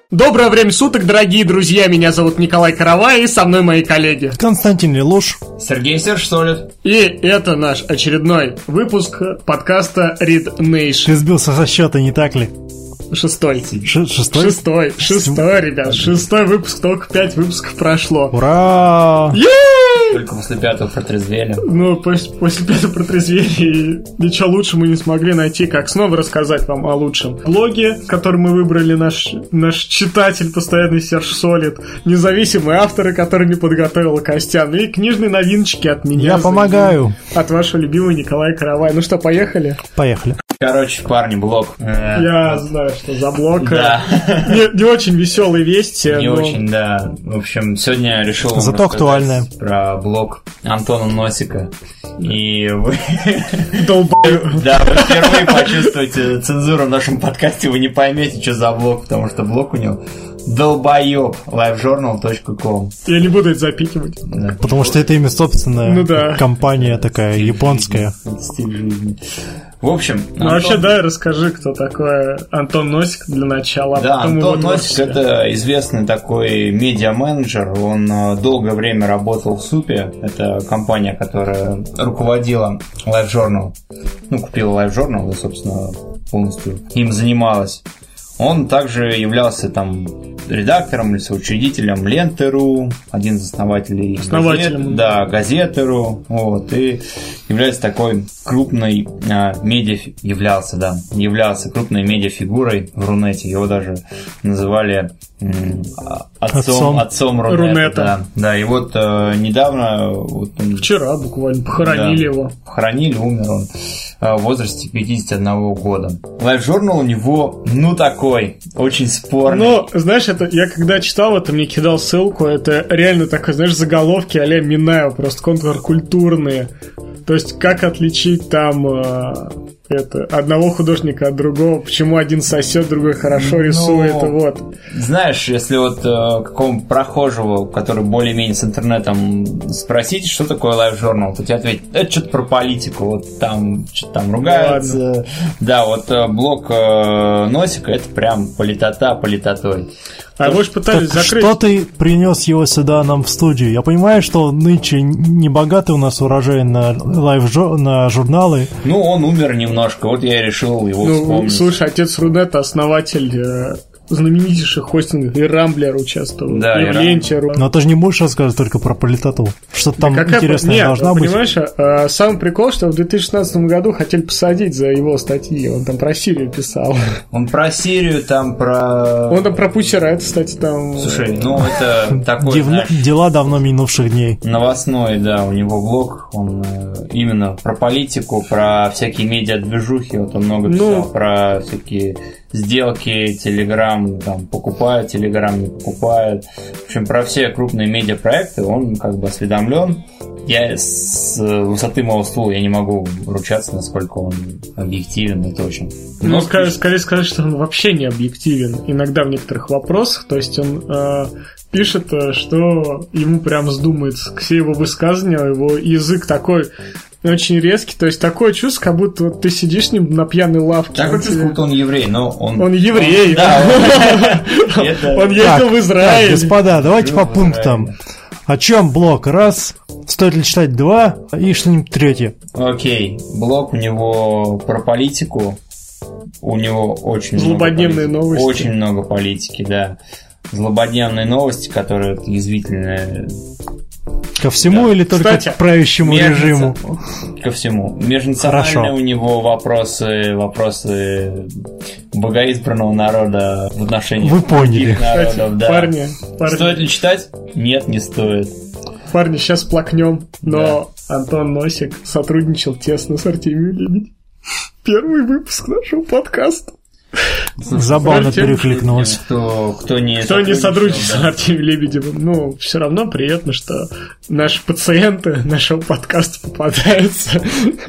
Доброе время суток, дорогие друзья, меня зовут Николай Каравай, и со мной мои коллеги Константин Лелуш, Сергей Серж-Солид. И это наш очередной выпуск подкаста Read Nation. Ты сбился со счета, не так ли? Шестой, ребят, шестой выпуск, только 5 выпусков прошло. Ура! Только после 5-го протрезвели. Ну, после 5-го протрезвели, ничего лучше мы не смогли найти, как снова рассказать вам о лучшем блоге, который мы выбрали, наш читатель постоянный Серж Солид, независимые авторы, которые не подготовил Костян, и книжные новиночки от меня. Я помогаю. От вашего любимого Николая Каравая. Ну что, поехали? Поехали. Короче, парни, блог. Я знаю, что за блог. Да. Не очень веселые вести. Не очень, да. В общем, сегодня я решил вам зато актуальное про блог Антона Носика. И вы... Долбаю. Да, вы впервые почувствуете цензуру в нашем подкасте, вы не поймете, что за блог, потому что блог у него долбоёб, livejournal.com. Я не буду это запикивать. Да. Потому что это имя собственная, ну, да. Компания такая стиль японская. Стиль жизни. В общем, ну, вообще, да, расскажи, кто такой Антон Носик для начала. Да, Антон Носик — это известный такой медиа-менеджер. Он долгое время работал в СУПе. Это компания, которая руководила LiveJournal. Ну, купила LiveJournal и, собственно, полностью им занималась. Он также являлся там редактором или соучредителем Ленты.ру, один из основателей Газеты.ру, вот, и является такой крупной являлся крупной медиафигурой в Рунете. Его даже называли отцом Рунета. Да, и вот недавно... Вчера буквально похоронили его. Похоронили, умер он в возрасте 51 года. LiveJournal у него, такой, очень спорный. Ну, знаешь, это я когда читал это, мне кидал ссылку, это реально такой, знаешь, заголовки а-ля Минаева, просто контркультурные. То есть, как отличить там одного художника от другого, почему один сосет, другой хорошо рисует, вот. Знаешь, если вот какому прохожего, который более-менее с интернетом, спросить, что такое LiveJournal, то тебе ответят, это что-то про политику, вот там что-то там ругаются. Ладно. Да, вот блог Носика, это прям политотой. А вы же пытались закрыть. Что ты принес его сюда нам в студию? Я понимаю, что нынче не богатый у нас урожай на журналы. Ну, он умер немножко, вот я и решил его вспомнить. Слушай, отец Рунета, основатель знаменитейших хостингов, и Рамблер участвовал, да, и в Ленте. Но ты же не будешь рассказывать только про политоту. Что-то там интересное должна быть. Понимаешь, самый прикол, что в 2016 году хотели посадить за его статьи. Он там про Сирию писал. Он про Сирию, там про... Он там про Путера, это, кстати, там... Слушай, это такой, дела давно минувших дней. Новостной, да, у него блог, он именно про политику, про всякие медиа-движухи, вот он много писал, про всякие... сделки, Телеграм там покупает, Телеграм не покупает. В общем, про все крупные медиапроекты он как бы осведомлен. Я с высоты моего стула я не могу ручаться, насколько он объективен и точен. Ну, скорее сказать, что он вообще не объективен. Иногда в некоторых вопросах. То есть он пишет, что ему прям вздумается. Все его высказывания, его язык такой... очень резкий, то есть такое чувство, как будто вот ты сидишь с ним на пьяной лавке. Такое чувство, будто он еврей, но он... Он еврей, он ездил в Израиль. Господа, давайте по пунктам. О чем блог? Раз, стоит ли читать два, и что-нибудь третье. Окей, блог у него про политику, у него очень злободневные новости. Очень много политики, да. Злободневные новости, которые язвительные... Ко всему или только к правящему режиму? Ко всему. Межнациональные у него вопросы богоизбранного народа в отношении других народов. Кстати, да. парни. Стоит ли читать? Нет, не стоит. Парни, сейчас плакнем, но Антон Носик сотрудничал тесно с Артемием Лебедем. Первый выпуск нашего подкаста. Забавно перекликнулось. Кто не сотрудничает с Артемием Лебедевым, все равно приятно, что наши пациенты нашего подкаста попадаются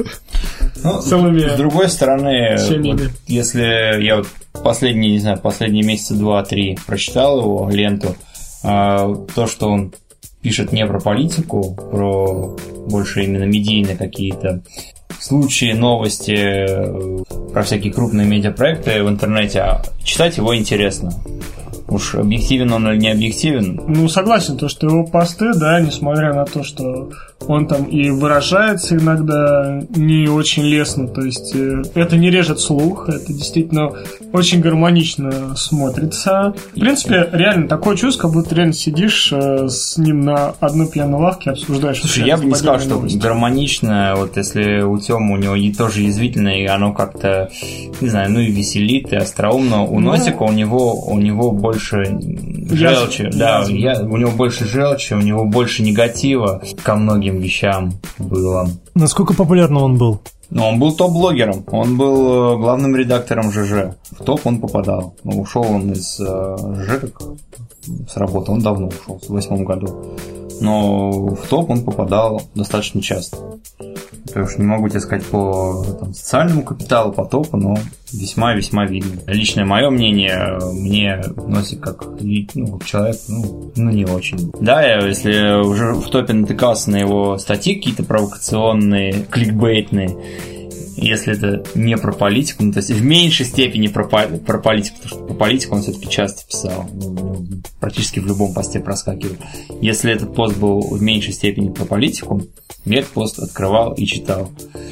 с другой стороны, если я последние месяца 2-3 прочитал его ленту, то, что он пишет не про политику, про больше именно медийные какие-то случаи, новости, про всякие крупные медиапроекты в интернете, читать его интересно. Уж объективен он или не объективен. Ну, согласен, то, что его посты, да, несмотря на то, что он там и выражается иногда не очень лестно, то есть это не режет слух, это действительно очень гармонично смотрится. В принципе, реально такое чувство, как будто реально сидишь с ним на одной пьяной лавке, обсуждаешь. Слушай, я бы не сказал, что гармонично, вот если у Тёмы, у него тоже язвительно, и оно как-то, не знаю, ну и веселит, и остроумно. У Носика у него больше желчи, да, у него больше желчи, у него больше негатива ко многим вещам было. Насколько популярным он был? Ну, он был топ-блогером, он был главным редактором ЖЖ. В топ он попадал. Ну, ушел он из ЖЖ с работы, он давно ушел, в 2008 году. Но в топ он попадал достаточно часто. Я уж не могу тебе сказать по социальному капиталу, по топу, но весьма-весьма видно. Личное мое мнение, мне Носик как человек, не очень. Да, я, если уже в топе натыкался на его статьи какие-то провокационные, кликбейтные, если это не про политику, ну, то есть в меньшей степени про политику, потому что про политику он все-таки часто писал, практически в любом посте проскакивает. Если этот пост был в меньшей степени про политику, я этот пост открывал и читал.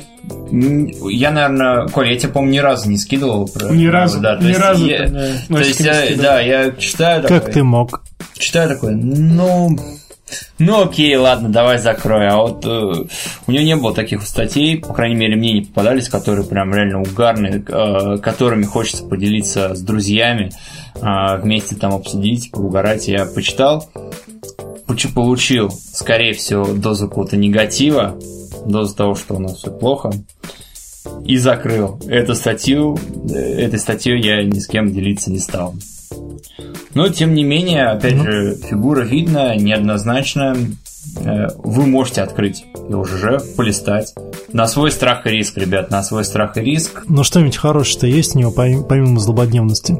Я, наверное, Коля, я тебе, по-моему, ни разу не скидывал. Ни разу. Да, ни разу. То есть я читаю такой... Как ты мог? Читаю такой, ну окей, ладно, давай закрой. А вот у него не было таких статей, по крайней мере, мне не попадались, которые прям реально угарные, которыми хочется поделиться с друзьями, вместе там обсудить, поугарать. Я почитал, получил, скорее всего, дозу какого-то негатива, дозу того, что у нас все плохо, и закрыл. Этой статьей я ни с кем делиться не стал. Но, тем не менее, опять же, фигура видна, неоднозначно. Вы можете открыть его ЖЖ, полистать. На свой страх и риск, ребят, на свой страх и риск. Но что-нибудь хорошее-то есть у него, помимо злободневности?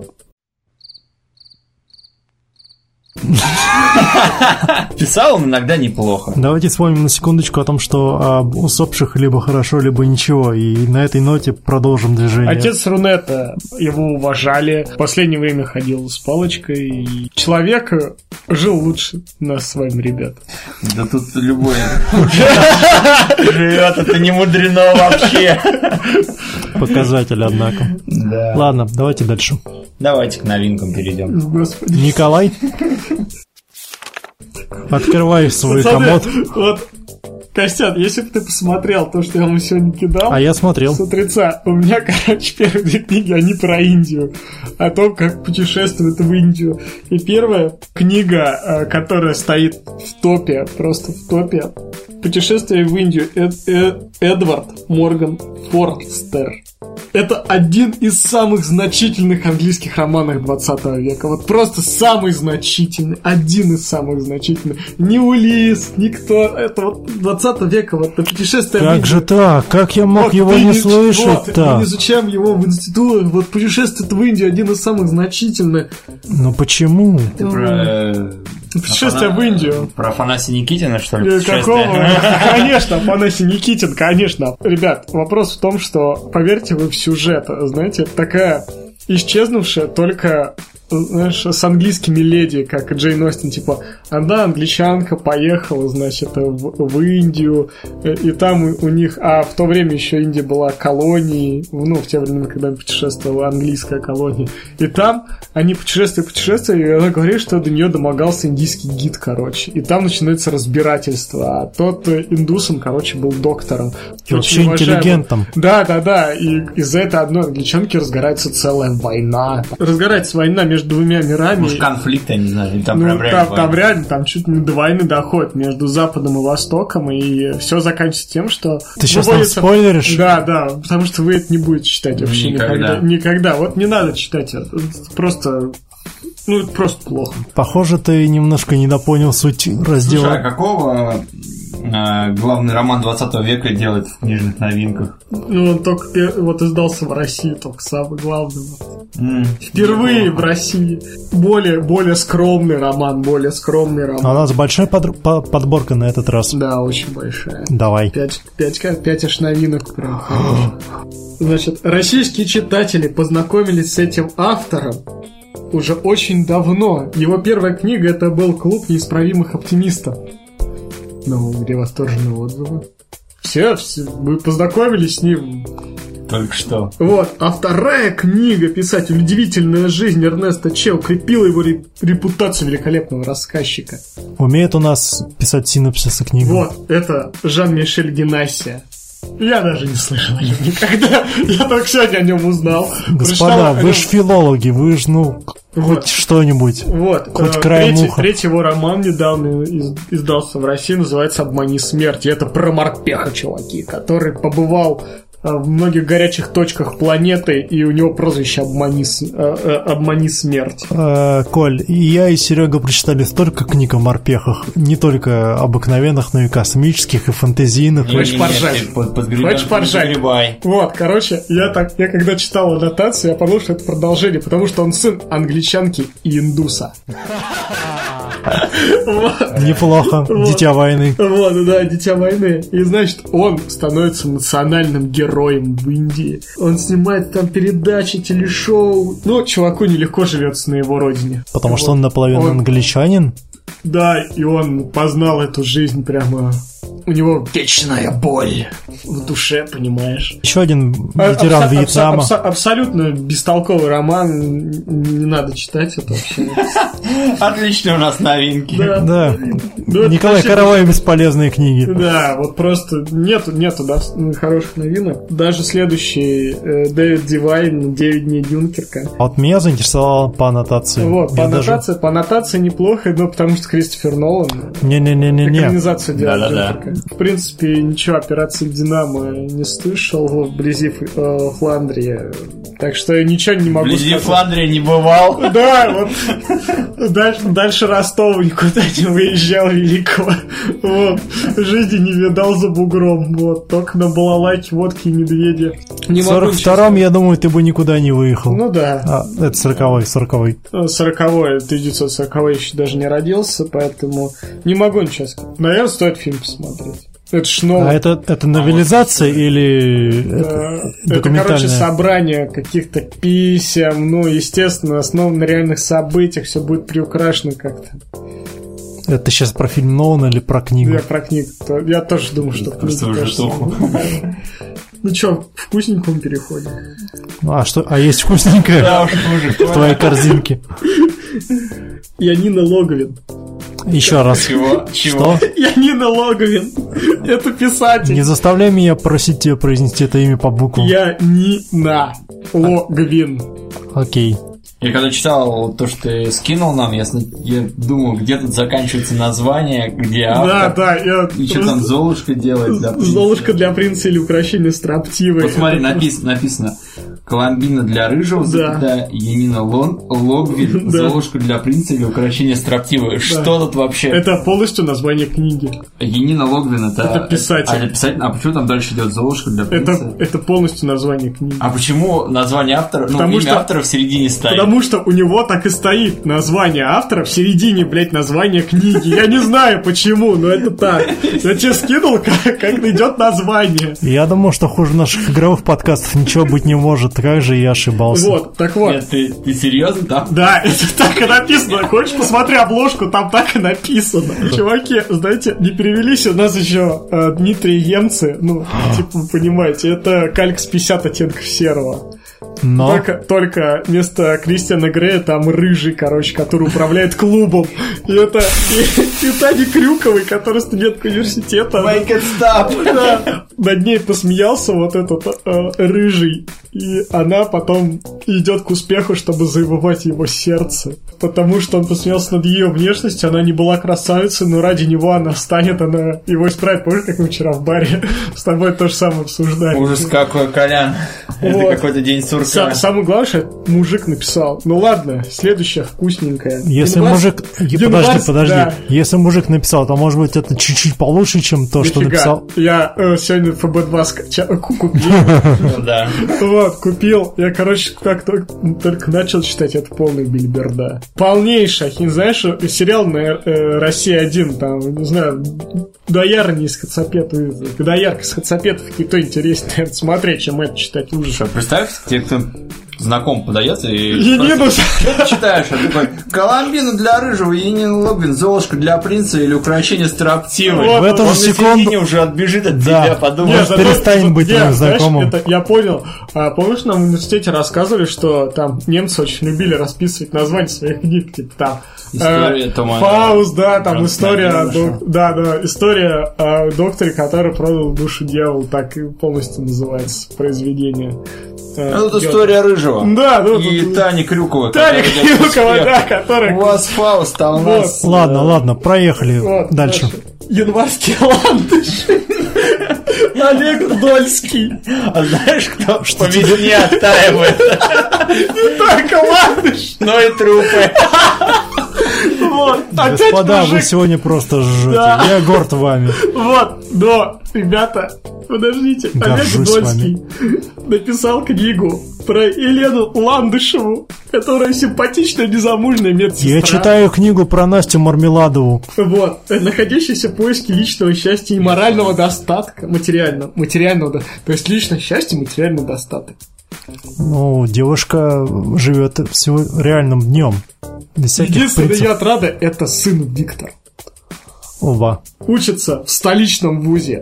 Писал он иногда неплохо. Давайте вспомним на секундочку о том, что об усопших либо хорошо, либо ничего. И на этой ноте продолжим движение. Отец Рунета, его уважали. В последнее время ходил с палочкой. И человек жил лучше нас с вами, ребят. Да тут любой живет, это не мудрено вообще. Показатель, однако. Да. Ладно, давайте дальше. Давайте к новинкам перейдем. Господи. Николай, открывай свой комод. Вот, Костян, если бы ты посмотрел то, что я ему сегодня кидал... А я смотрел. С утреца. У меня, первые две книги, они про Индию. О том, как путешествуют в Индию. И первая книга, которая стоит в топе, просто в топе, «Путешествие в Индию», Эдвард Морган Форстер. Это один из самых значительных английских романов 20 века. Вот просто самый значительный. Один из самых значительных. Ни Улисс, никто. Это вот 20 века. Вот «Путешествие в Индию». Как же так? Как я мог его не слышать-то? Мы изучаем его в институтах. Вот «Путешествие в Индию» один из самых значительных. Ну почему? Ты про... «Путешествие в Индию». Про Афанасия Никитина, что ли? Какого? Конечно, Афанасий Никитин, конечно. Ребят, вопрос в том, что, поверьте вы в сюжет, знаете, это такая исчезнувшая только, знаешь, с английскими леди, как Джейн Остин, типа, одна англичанка поехала, значит, в Индию, и там у них, а в то время еще Индия была колонией, в те времена, когда путешествовала английская колония, и там они путешествуют, и она говорит, что до нее домогался индийский гид, короче, и там начинается разбирательство, а тот индусом, короче, был доктором. Вообще интеллигентом. Да, и из-за этой одной англичанки разгорается целая война. Разгорается война между двумя мирами. Может, конфликт, я не знаю, там реально, там чуть не до войны доходит между Западом и Востоком, и все заканчивается тем, что... Ты сейчас нам спойлеришь? Да, потому что вы это не будете читать вообще никогда. Вот не надо читать это. Просто... это просто плохо. Похоже, ты немножко недопонял суть раздела. Слушай, а какого главный роман 20 века делает в книжных новинках? Он только издался в России, только самый главный. Впервые в России. Более скромный роман, А у нас большая подборка на этот раз. Да, очень большая. Давай. 5 аж новинок прям хороших. Значит, российские читатели познакомились с этим автором уже очень давно. Его первая книга это был «Клуб неисправимых оптимистов». Ну, где восторженные отзывы. Все, мы познакомились с ним только что. Вот, а вторая книга «Писатель. Удивительная жизнь» Эрнеста Че укрепила его репутацию великолепного рассказчика. Умеет у нас писать синопсисы книг. Вот, это Жан-Мишель Генасия. Я даже не слышал о нем никогда. Я только сегодня о нем узнал. Господа, вы ж филологи, вы ж, хоть что-нибудь. Вот. Хоть краем уха. Третий его роман недавно издался в России, называется «Обмани смерть». И это про морпеха, чуваки, который побывал в многих горячих точках планеты, и у него прозвище «Обмани смерть». Коль, и я, и Серега прочитали столько книг о морпехах, не только обыкновенных, но и космических, и фэнтезийных. Хочешь поржать? Хочешь поржать? Вот, короче, я когда читал аннотацию, я подумал, что это продолжение, потому что он сын англичанки и индуса. Неплохо. Дитя войны. Вот, да, дитя войны. И, значит, он становится национальным героем в Индии. Он снимает там передачи, телешоу. Ну, чуваку нелегко живется на его родине. Потому что он наполовину англичанин? Да, и он познал эту жизнь прямо... У него вечная боль в душе, понимаешь? Еще один ветеран Вьетнама. Абсолютно бестолковый роман. Не надо читать это вообще. Отлично, у нас новинки. Да. Николай Каравай бесполезные книги. Да, вот просто нету хороших новинок. Даже следующий Дэвид Дивайн «9 дней Дюнкерка». Вот меня заинтересовало по аннотации. Вот, по аннотации неплохо, но потому что Кристофер Нолан экранизацию делает Дюнкерка. В принципе, ничего, операции «Динамо» не слышал вблизи Фландрии. Так что ничего не могу сказать. Вблизи Фландрии не бывал. Да, вот. Дальше Ростова никуда не выезжал великого. Вот. Жизни не видал за бугром. Вот. Только на балалайке, водке и медведи. В 42-м, я думаю, ты бы никуда не выехал. Ну да. Это 40-й. 40-й, 1940-й еще даже не родился, поэтому не могу ничего сказать. Наверное, стоит фильм посмотреть. Это ж новое. А это новелизация или это, короче, собрание каких-то писем, ну, естественно, основано на реальных событиях, все будет приукрашено как-то. Это ты сейчас про фильм Нолана или про книгу? Я про книгу. Я тоже думаю, что в книге тоже. Ну что, к вкусненькому переходим. А есть вкусненькое? Да уж, мужик. В твоей корзинке. Янина Логовин. Еще раз. Чего? Что? Янина Логовин. Это писатель. Не заставляй меня просить тебя произнести это имя по буквам. Янина Логовин. Окей. Я когда читал то, что ты скинул нам, я думал, где тут заканчивается название, где автор. Да. И что там Золушка делает для принца? Золушка для принца или украшение строптивой. Вот смотри, написано Коломбина для рыжего, да. Янина Логовин, да. Золушка для принца или украшение строптивой. Да. Что тут вообще? Это полностью название книги. Янина Логовин это писатель. А почему там дальше идет Золушка для принца? Это полностью название книги. А почему название автора, имя автора в середине стоит? Потому что у него так и стоит название автора в середине, блядь, названия книги. Я не знаю почему, но это так. Я тебе скинул, как идет название. Я думал, что хуже наших игровых подкастов ничего быть не может. Как же я ошибался. Вот, так вот. Нет, ты серьезно там? Да, это так и написано. Хочешь, посмотри обложку, там так и написано. Чуваки, знаете, не перевелись, у нас еще Дмитрий Емцы, типа, вы понимаете, это кальк с 50 оттенков серого. Но... Только вместо Кристиана Грея там рыжий, который управляет клубом. И это и Таня Крюковой, которая студентка университета. Make it stop! Да, над ней посмеялся вот этот рыжий. И она потом идет к успеху, чтобы завоевать его сердце. Потому что он посмеялся над ее внешностью. Она не была красавицей, но ради него она станет, она его исправит. Помнишь, как мы вчера в баре с тобой то же самое обсуждали? Ужас какой, Колян. Вот. Это какой-то день сурка. Самое главное, что это мужик написал. Ну ладно, следующее вкусненькое. Если мужик... Подожди. Да. Если мужик написал, то может быть это чуть-чуть получше, чем то, что написал. Я сегодня ФБ2 купил. Да. Вот, купил. Я, как только начал читать, это полная бильберда. Полнейшая. Не знаешь, сериал на Россия-1, там, не знаю, доярка из Хацапетов, какие-то интереснее смотреть, чем это читать. Что, представь, те, кто знаком подается и... Янину... Что ты читаешь? Он такой: Коломбину для рыжего, Янин Логвин, Золушка для принца или украшение строптивой. Вот, в эту он секунду... на середине уже отбежит от тебя, подумает. Нет, перестанет быть твоим знакомым. Я понял. Помнишь, нам в университете рассказывали, что там немцы очень любили расписывать названия своих книг, типа там... История Тома... Фауст, да, там история... Юноша. История о докторе, который продал душу дьяволу, так и полностью называется произведение. Это история Рыжего. Да, да. И Тани Крюковой. Таня Крюкова, да, которая... У вас Фауст, а у нас... Ладно, проехали дальше. Январские ландыши. Олег Дольский. А знаешь, кто по весне оттаивает? Не только ландыш, но и трупы. Вот, опять Господа, мужик. вы сегодня просто жжете. Да. Я горд вами. Вот, но, ребята, подождите. Горжусь Олег Дольский написал книгу про Елену Ландышеву, которая симпатичная, незамужняя медсестра. Я читаю книгу про Настю Мармеладову. Вот, находящаяся в поиске личного счастья и морального достатка, материального, то есть личное счастье, материальный достаток. Ну, девушка живет всего реальным днем. Без всяких Единственный принципов. ее отрада — это сын Виктор. Оба. Учится в столичном вузе.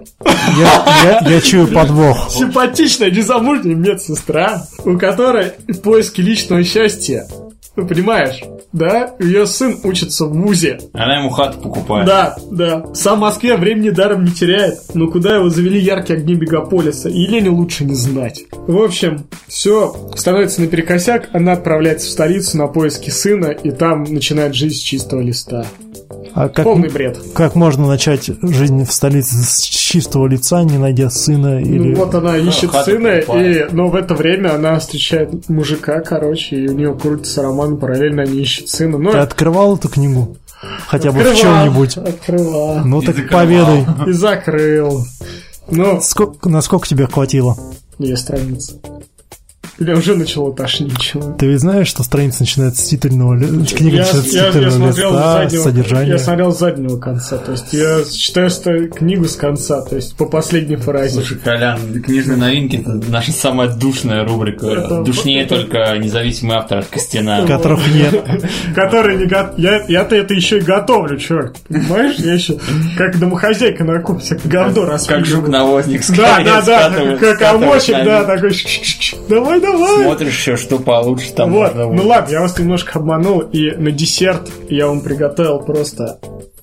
Я чую подвох. Симпатичная, незамужняя медсестра, у которой в поиске личного счастья, ну, понимаешь, да? Ее сын учится в вузе. Она ему хату покупает. Да. Сам в Москве времени даром не теряет. Но куда его завели яркие огни мегаполиса, Елене лучше не знать. В общем, все становится наперекосяк. Она отправляется в столицу на поиски сына, и там начинает жизнь с чистого листа. А Полный бред. Как можно начать жизнь в столице с чистого лица, не найдя сына? Или... Ну, вот она ищет хату сына, покупает. но в это время она встречает мужика, и у нее крутится роман, параллельно они ищут сына. Но Ты открывал эту книгу? Хотя бы в открывал, чем-нибудь? Открывал. Ну И так закрывал. поведай. И закрыл. Ну, Насколько тебе хватило? 2 страницы. Меня уже начало тошнить. Человек. Ты ведь знаешь, что страница начинается с титульного книга Я начинается с титульного листа, с содержания. Я смотрел с заднего конца. То есть я читаю книгу с конца, то есть по последней фразе. Слушай, Колян, книжные новинки — это наша самая душная рубрика. Это- Душнее только независимый автор от Костяна. Которых нет. Который не я-то это еще и готовлю, чувак. Понимаешь? Я еще как домохозяйка на кухне всякое говно распиливаю. Как жук-навозник Да, скатывает как овощик, на да, вид. такой. Давай. Смотришь еще, что получше там Вот, можно ну будет. ладно, я вас немножко обманул, и на десерт я вам приготовил просто...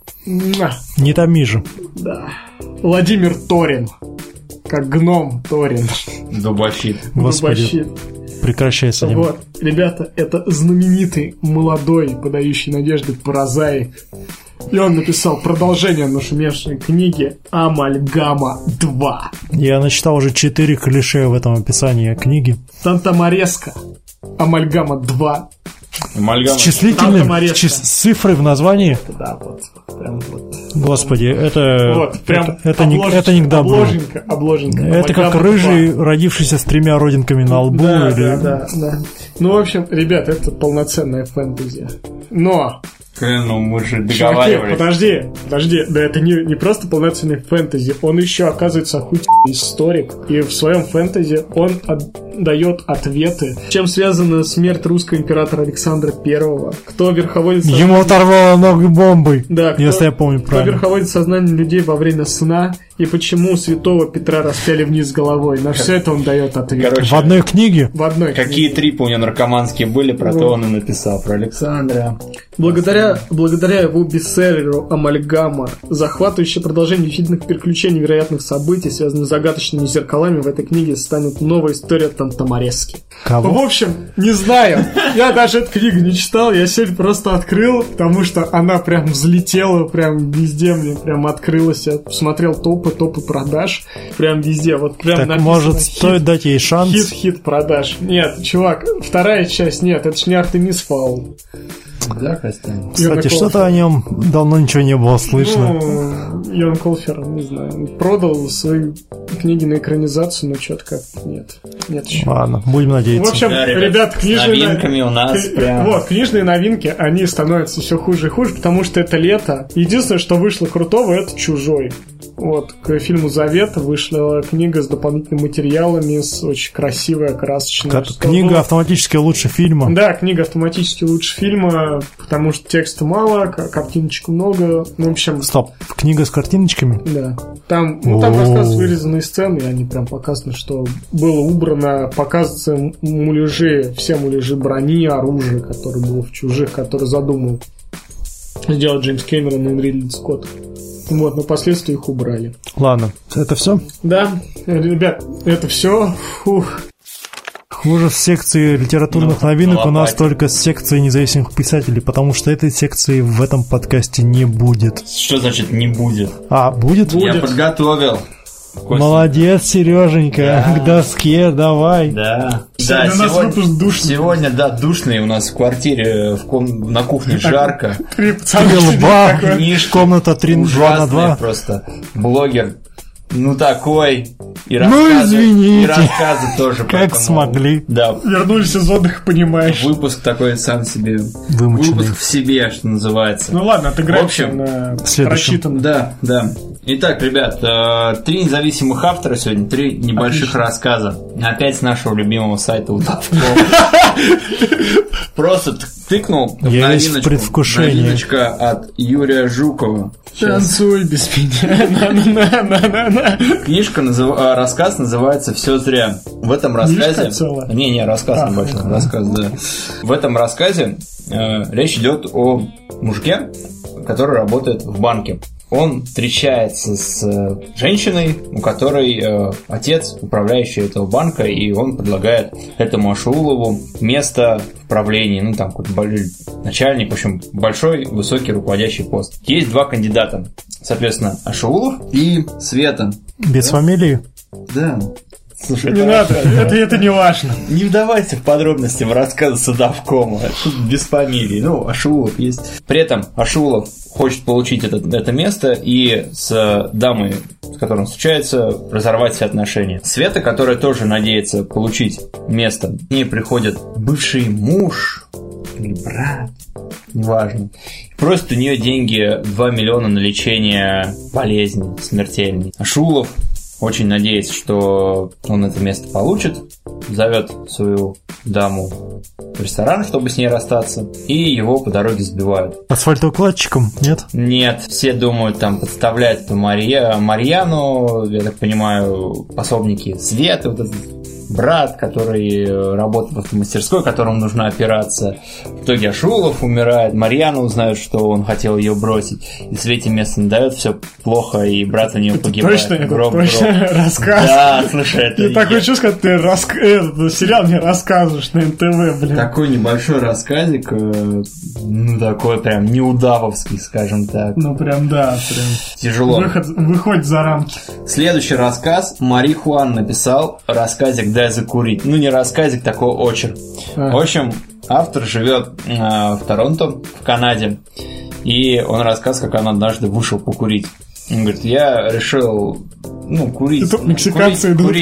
Не томи же. Да. Владимир Торин. Как гном Торин. Дубощит. Господи, Дубощит. прекращай с этим. Вот, ребята, это знаменитый, молодой, подающий надежды прозаик. И он написал продолжение нашумевшей книги «Амальгама 2». Я начитал уже 4 клише в этом описании книги. Тантамареско. Амальгама 2. Амальгама. С числительным, Автомарезка. с цифрой в названии. Да, вот. Прям вот. Господи, это... Вот, прям это не к добру. Обложенка. Это как Амальгама рыжий, 2. родившийся с 3 родинками на лбу. Да, или... да. Ну, в общем, ребят, это полноценная фэнтези. Но... Ну, мы же Чуваки, договаривались. подожди, да это не просто полноценный фэнтези, он еще оказывается охуенный историк, и в своем фэнтези он дает ответы, чем связана смерть русского императора Александра I, кто верховодит Ему оторвало ноги бомбой, да, если я помню кто правильно. верховодит сознанием людей во время сна, и почему святого Петра распяли вниз головой. На все это он дает ответ. Короче, В одной книге? В одной какие книге. трипы у него наркоманские были, про то он и написал. Про Александра. Благодаря его бестселлеру «Амальгама», захватывающее продолжение удивительных приключений невероятных событий, связанных с загадочными зеркалами, в этой книге станет новая история Тантамаресски. Кого? В общем, не знаю. Я даже эту книгу не читал, я сегодня просто открыл, потому что она прям взлетела, прям везде мне прям открылась. Я посмотрел топы продаж, прям везде. Вот прям Так написано может «Хит». стоит дать ей шанс? Хит продаж. Нет, чувак, вторая часть нет, это ж не Артемис Фаул. Да, Костян? Кстати, что-то о нем давно ничего не было слышно. Ну, Йон Колфер, не знаю, продал свои книги на экранизацию, но что-то как-то нет. Нет еще. Ладно, будем В надеяться. общем, Да, ребят, с книжные новинками у нас прям. Вот, книжные новинки, они становятся все хуже и хуже, потому что это лето. Единственное, что вышло крутого, это «Чужой». Вот, к фильму «Завет» вышла книга с дополнительными материалами, с очень красивой, красочной. Книга автоматически лучше фильма. Да, книга автоматически лучше фильма, потому что текста мало, картиночек много. Ну, в общем... Стоп, книга с картиночками? Да. Там рассказывают вырезанные сцены, и они прям показаны, что было убрано, показываются муляжи, все муляжи брони, оружия, которое было в «Чужих», который задумал сделать Джеймс Кэмерон и Ридли Скотт. Вот, но впоследствии их убрали. Ладно, это все? Да, ребят, это все. Фух. Хуже в секции литературных новинок у нас только с секцией независимых писателей, потому что этой секции в этом подкасте не будет. Что значит не будет? Будет? Я подготовил. Молодец, Сереженька, да. К доске, давай. Да. Сегодня у нас выпуск душный. Сегодня, да, душный у нас в квартире, на кухне жарко. Три лба, комната 3-2. Просто блогер. Ну такой. И извините. И рассказы тоже. Как смогли. Да. Вернулись из отдыха, понимаешь. Выпуск такой сам себе. Вымученный. Выпуск в себе, что называется. Ну ладно, отыграем. В общем, на прочитан. Да. Итак, ребят, 3 независимых автора сегодня, 3 небольших рассказа. Опять с нашего любимого сайта Удавкова. Просто тыкнул в новиночку. Новиночка от Юрия Жукова. Танцуй без меня. Книжка, рассказ называется «Все зря». В этом рассказе... Не, рассказ небольшой. Рассказ, да. В этом рассказе речь идет о мужике, который работает в банке. Он встречается с женщиной, у которой отец управляющий этого банка, и он предлагает этому Ашаулову место в правлении, ну там какой-то начальник, в общем, большой, высокий руководящий пост. Есть 2 кандидата, соответственно, Ашаулов и Света. Без фамилии? Да. Слушай, не надо, это не важно. Не вдавайся в подробности в рассказы Садовкома. Тут без фамилии. Ну, Ашаулов есть. При этом Ашаулов хочет получить это место и с дамой, с которой он встречается, разорвать все отношения. Света, которая тоже надеется получить место, к ней приходит бывший муж или брат, неважно, просит у нее деньги 2 миллиона на лечение болезни смертельной. Ашаулов очень надеется, что он это место получит, зовет свою даму в ресторан, чтобы с ней расстаться, и его по дороге сбивают. Асфальтоукладчиком, нет? Нет, все думают, там подставлять эту Марьяну, я так понимаю, пособники Светы, вот этот брат, который работает в автомастерской, которому нужна операция. В итоге Ашаулов умирает, Марьяна узнает, что он хотел ее бросить, и Свете место не дает, все плохо, и брат у нее погибает. Точно рассказ. Да, слушай, это... Ты такое чувство, как ты этот сериал мне рассказываешь на НТВ, блин. Такой небольшой рассказик, ну такой прям неудавовский, скажем так. Ну прям, да, прям. Тяжело. Выходит за рамки. Следующий рассказ Мари Хуан написал, рассказик «Дай закурить». Ну, не рассказик, такой очерк. В общем, автор живет в Торонто, в Канаде, и он рассказывает, как он однажды вышел покурить. Он говорит, я решил, курить. Тут мексиканцы идут.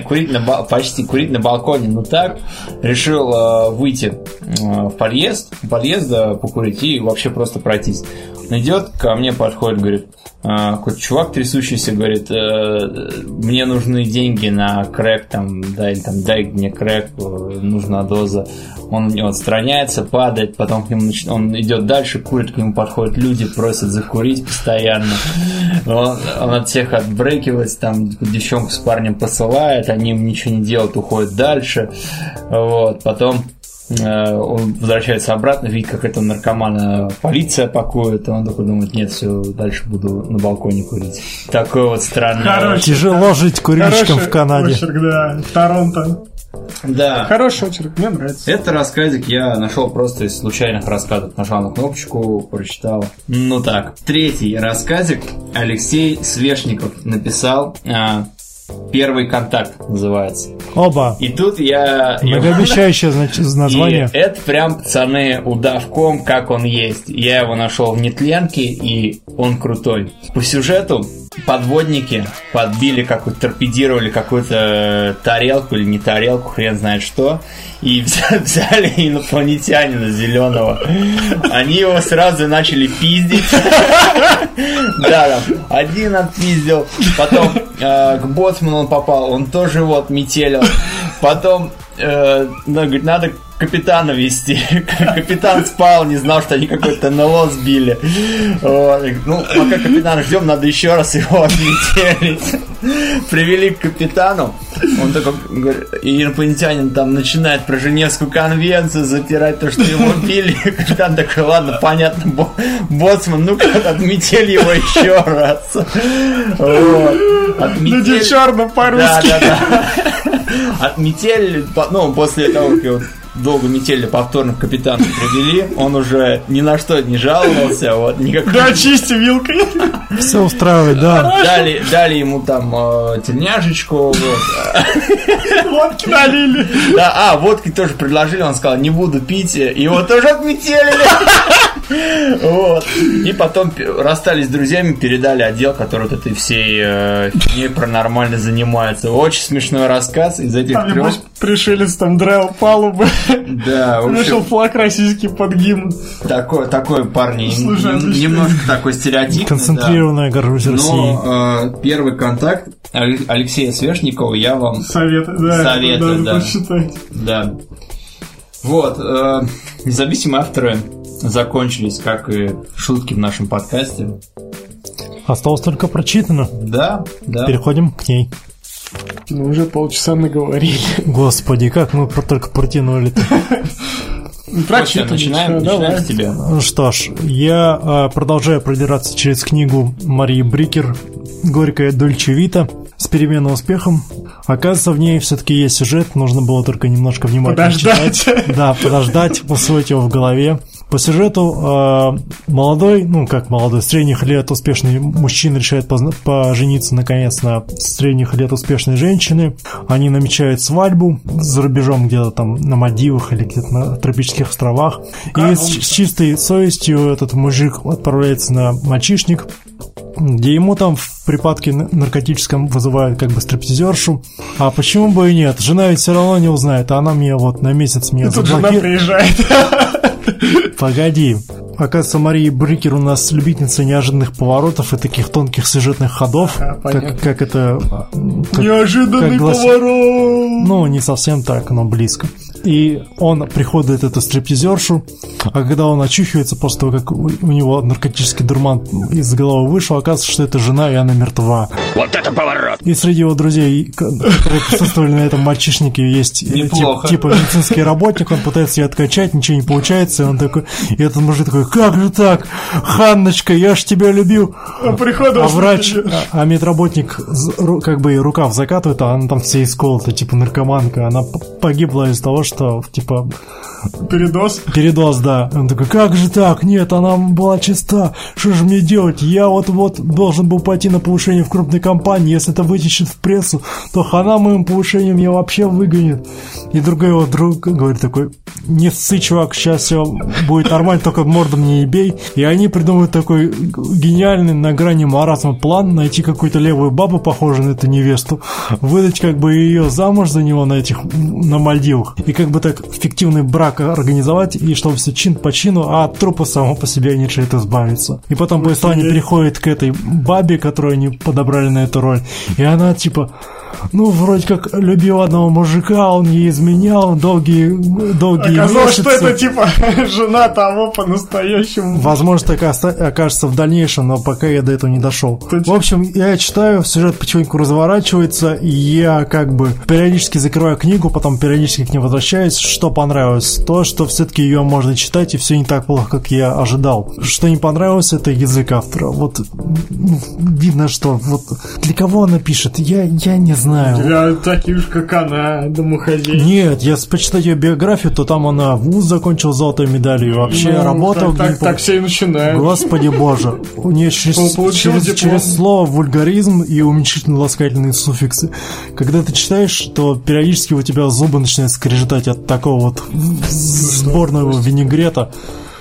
Курить на балконе, так. Решил выйти в подъезда покурить и вообще просто пройтись. Он идет, ко мне подходит, говорит, какой-то чувак трясущийся, говорит, мне нужны деньги на крэк, дай мне крэк, нужна доза. Он отстраняется, падает, потом к нему он идет дальше, курит, к нему подходят люди, просят закурить постоянно. Он от всех отбрейкивается, там девчонку с парнем посылает, они ему ничего не делают, уходят дальше. Вот, потом он возвращается обратно, видит, как это наркомана полиция пакует, и он такой думает, нет, все, дальше буду на балконе курить. Такой вот странный. Тяжело жить курильщиком в Канаде. Очерк, да, в Торонто. Да. Хороший очерк, мне нравится. Это рассказик я нашел просто из случайных рассказов. Нажал на кнопочку, прочитал. Ну так. Третий рассказик Алексей Свешников написал. «Первый контакт» называется. Оба. И тут я... Многообещающее название. И это прям, пацаны, удавком, как он есть. Я его нашел в нетленке, и он крутой. По сюжету подводники подбили торпедировали какую-то тарелку или не тарелку, хрен знает что, и взяли инопланетянина зеленого. Они его сразу начали пиздить. Да, один отпиздил. Потом к боцману он попал, он тоже его отметелил. Потом говорит, надо капитана вести. Капитан спал, не знал, что они какой-то НЛО сбили. Вот. Ну, пока капитана ждем, надо еще раз его отметелить. Привели к капитану. Он такой, говорит, и инопланетянин там начинает про Женевскую конвенцию затирать то, что его били. Капитан такой, ладно, понятно, боцман, ну-ка, отметель его еще раз. Вот. Отметель... черно по-русски. Да. Отметель, ну, после того, как его долго метели повторно к капитану привели, он уже ни на что не жаловался, вот, никакой... Да, чисти вилкой. Все устраивает, да. Дали ему там тельняшечку, вот. Водки налили. Да, водки тоже предложили, он сказал, не буду пить, его тоже отметелили. Вот. И потом расстались с друзьями, передали отдел, который вот этой всей фигней паранормально занимается. Очень смешной рассказ из этих там, 3. Пришелец там драил палубы. Да, вышел флаг российский под гимн. Такой парни, немножко такой стереотипный. Концентрированная горжусь Россией. Но «Первый контакт» Алексея Свешникова я вам советую, да. Посчитать. Да. Вот, независимые авторы закончились, как и шутки в нашем подкасте. Осталось только прочитано. Да. Переходим к ней. Мы уже полчаса наговорили. Господи, как мы только протянули-то. Начинаем с тебя. Ну что ж, я продолжаю продираться через книгу Марии Брикер «Горькая Дольче Вита» с переменным успехом. Оказывается, в ней все-таки есть сюжет, нужно было только немножко внимательно читать. Да, подождать, усвоить его в голове. По сюжету молодой, средних лет успешный мужчина решает пожениться наконец на средних лет успешной женщины. Они намечают свадьбу за рубежом, где-то там на Мальдивах или где-то на тропических островах. И с чистой совестью этот мужик отправляется на мальчишник, где ему там в припадке наркотическом вызывают как бы стриптизершу. А почему бы и нет? Жена ведь все равно не узнает, а она мне вот на месяц меня заблокирует. Тут жена приезжает. Погоди. Оказывается, Мария Брикер у нас любительница неожиданных поворотов и таких тонких сюжетных ходов. Как это... Неожиданный поворот! Ну, не совсем так, но близко. И он приходит эту стриптизершу, а когда он очухивается после того, как у него наркотический дурман из головы вышел, оказывается, что это жена, и она мертва. Вот это поворот! И среди его друзей, которые присутствовали на этом мальчишнике, есть типа медицинский работник, он пытается ее откачать, ничего не получается, и он такой, и этот мужик такой, как же так, Ханночка, я ж тебя любил. А врач, а медработник как бы рукав закатывает, а она там вся исколота, типа наркоманка, она погибла из-за того, что типа... Передоз, да. Он такой, как же так? Нет, она была чиста. Что же мне делать? Я вот должен был пойти на повышение в крупной компании. Если это вытечет в прессу, то хана моим повышением меня вообще выгонит. И другой его друг говорит такой, не ссы, чувак, сейчас все будет нормально, только мордом не ебей. И они придумывают такой гениальный на грани маразма план, найти какую-то левую бабу, похожую на эту невесту, выдать как бы ее замуж за него на Мальдивах. И как бы так фиктивный брак организовать, и чтобы все чин по чину, а от трупа само по себе не решит избавиться. И потом повествование переходит к этой бабе, которую они подобрали на эту роль, и она типа, вроде как любила одного мужика, он ей изменял долгие оказалось, месяцы. что это типа жена того по-настоящему. Возможно, так окажется в дальнейшем, но пока я до этого не дошел. В общем, я читаю, сюжет потихоньку разворачивается, и я как бы периодически закрываю книгу, потом периодически к ней возвращаюсь. Что понравилось? То, что все-таки ее можно читать, и все не так плохо, как я ожидал. Что не понравилось, это язык автора. Вот видно, что вот для кого она пишет, я не знаю. Для таких же, как она, домохозяйки. Нет, если почитать ее биографию, то там она вуз закончил золотой медалью, вообще работал где-нибудь. Так все и начинают. Господи боже. У нее через слово вульгаризм и уменьшительно-ласкательные суффиксы. Когда ты читаешь, то периодически у тебя зубы начинают скрежетать от такого вот сборного винегрета.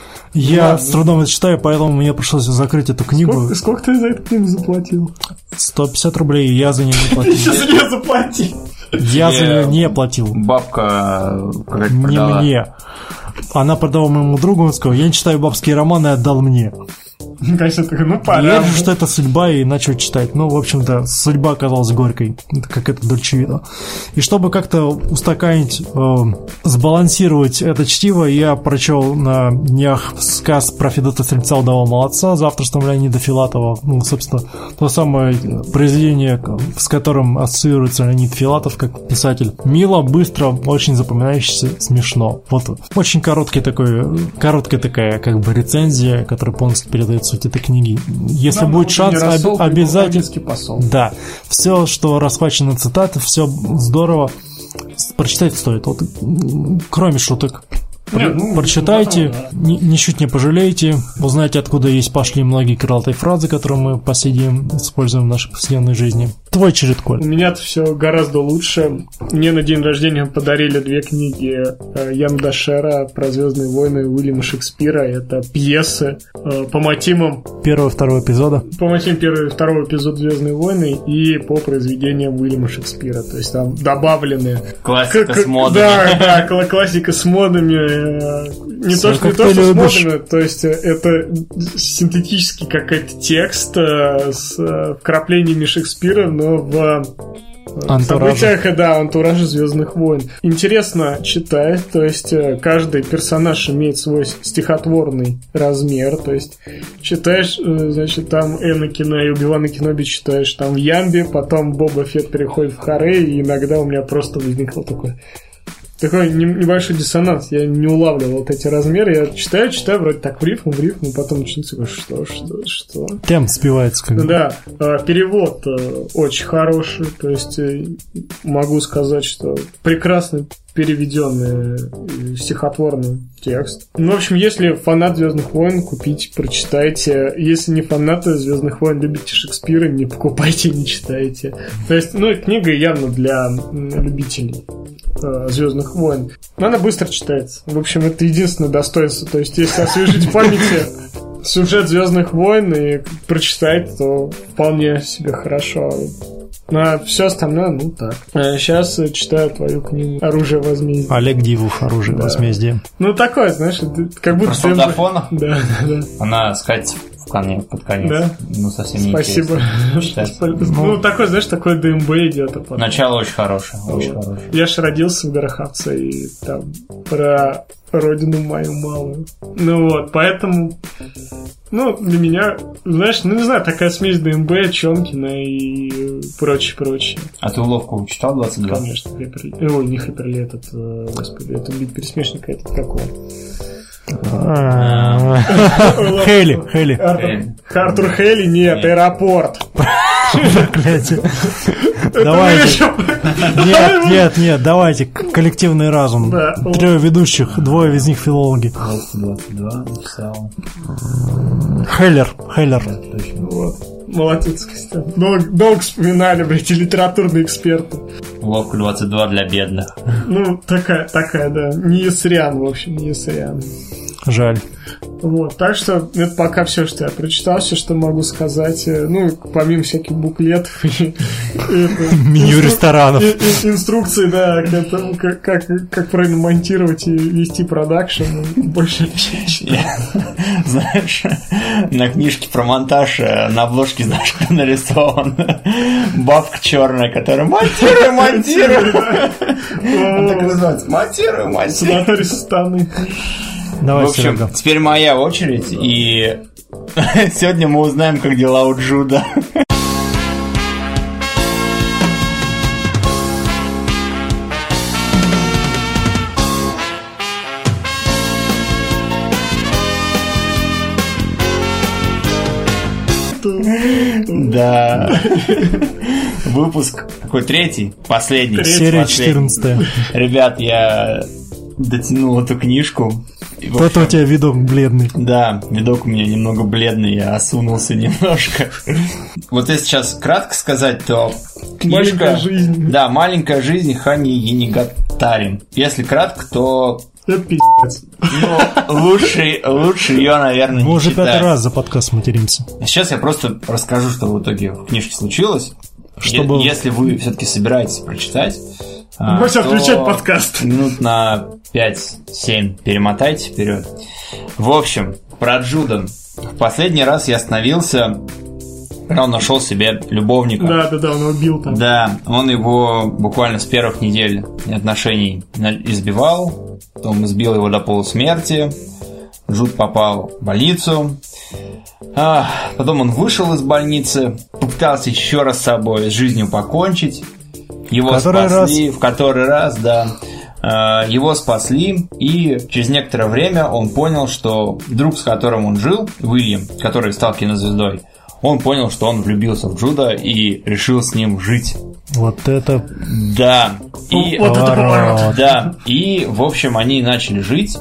Я с трудом это читаю, поэтому мне пришлось закрыть эту книгу. Сколько ты за эту книгу заплатил? 150 рублей, я за нее не платил. Ты сейчас не заплатил. Я за нее не платил. Бабка какая-то не продала. Мне. Она продала моему другу, он сказал, я не читаю бабские романы, и отдал мне. Конечно, пора. Я решил, что это судьба, и начал читать. Ну, в общем-то, судьба оказалась горькой, как это Дольче Вита. И чтобы как-то устаканить, сбалансировать это чтиво, я прочел на днях сказ про Федота Стрельца «Удалого молодца» за авторством Леонида Филатова. Ну, собственно, то самое произведение, с которым ассоциируется Леонид Филатов как писатель. Мило, быстро, очень запоминающееся, смешно. Вот очень короткая такая как бы рецензия, которая полностью передает суть этой книги. Если будет шанс, обязательно. Да, все, что расхвачено цитаты, все здорово. Прочитать стоит. Вот, кроме шуток. Прочитайте, ничуть не пожалеете, узнаете, откуда пошли многие крылатые фразы, которые мы по сей день используем в нашей повседневной жизни. Твой черед, Коль. У меня-то все гораздо лучше. Мне на день рождения подарили 2 книги Яна Дашера про «Звездные войны» Уильяма Шекспира. Это пьесы по мотивам... 1-2 эпизода. По мотивам 1-2 эпизода «Звездные войны» и по произведениям Уильяма Шекспира. То есть там добавлены... Классика с модами. Да, классика с модами. Не то, что с модами, то есть это синтетический какой-то текст с вкраплениями Шекспира, но в событиях, антураже «Звездных войн». Интересно читать, то есть каждый персонаж имеет свой стихотворный размер, то есть читаешь, значит, там Энакина и Оби-Вана Кеноби читаешь там в ямбе, потом Боба Фетт переходит в Хорей, и иногда у меня просто возникал такой небольшой диссонанс. Я не улавливал вот эти размеры. Я читаю, вроде так в рифму, потом начинается что? Темп сбивается. Да, перевод очень хороший. То есть могу сказать, что прекрасно переведенный стихотворный текст. Ну, в общем, если фанат «Звездных войн», купите, прочитайте. Если не фанаты «Звездных войн», любите Шекспира, не покупайте, не читайте. То есть, книга явно для любителей «Звездных войн». Но она быстро читается. В общем, это единственное достоинство. То есть, если освежить в памяти сюжет «Звездных войн» и прочитать, то вполне себе хорошо. А все остальное, так. Сейчас читаю твою книгу «Оружие возмездия». Олег Дивов «Оружие возмездия». Такое, знаешь, как будто... Про солдафона? Да. Она, сказать, под конец. Да? Совсем не спасибо. Такой, знаешь, такой ДМБ идет. Начало очень хорошее. Я ж родился в Гороховце, и там про родину мою малую. Поэтому... для меня, знаешь, не знаю, такая смесь ДМБ, Чонкина и прочее. А ты «Уловку» читал 22? Конечно, Ой, не Хэперли, господи, это бит пересмешника, этот какого? Хейли. Артур Хейли, нет, Аэропорт. Проклятие. Давайте. Нет, давайте. Коллективный разум. 3 ведущих, 2 из них филологи. 22 написал. Хейлер. Молодец, Костян. Долго вспоминали, литературные эксперты. «Уловка 22» для бедных. Такая, да. Не Ясырян, в общем, не Ясырян. Жаль. Так что это пока все, что я прочитал, все, что могу сказать. Помимо всяких буклетов и меню ресторанов. Инструкции, да, как правильно монтировать и вести продакшн. Больше ничего не читаю. Знаешь, на книжке про монтаж на обложке, знаешь, кто нарисован? Бабка черная, которая монтирует. Он так называется. Монтирую. Санаторий Состаны. Давай, в общем, Серега. Теперь моя очередь, и сегодня мы узнаем, как дела у Джуда. Да. Выпуск какой, 3-й? Последний. Серия 14. Ребят, я дотянул эту книжку. То-то у тебя видок бледный. Да, видок у меня немного бледный, я осунулся немножко. Вот если сейчас кратко сказать, то книжка... Маленькая жизнь. Да, «Маленькая жизнь» Хани Енигатари. Если кратко, то... Это пиздец. Ну, лучше ее, наверное, Мы не уже читать. 5-й раз за подкаст материмся. Сейчас я просто расскажу, что в итоге в книжке случилось. Чтобы... Если вы все-таки собираетесь прочитать, можете отключать подкаст. Минут на 5-7 перемотайте вперед. В общем, про Джуда. В последний раз я остановился, когда он нашел себе любовника. Да, он его бил там. Да, он его буквально с первых недель отношений избивал, потом избил его до полусмерти. Джуд попал в больницу. Потом он вышел из больницы, попытался еще раз с собой, с жизнью покончить. Его спасли в который раз, да. Его спасли, и через некоторое время он понял, что друг, с которым он жил, Уильям, который стал кинозвездой, он понял, что он влюбился в Джуда и решил с ним жить. Вот это... Да. И... Вот это поворот. Да. И, в общем, они начали жить.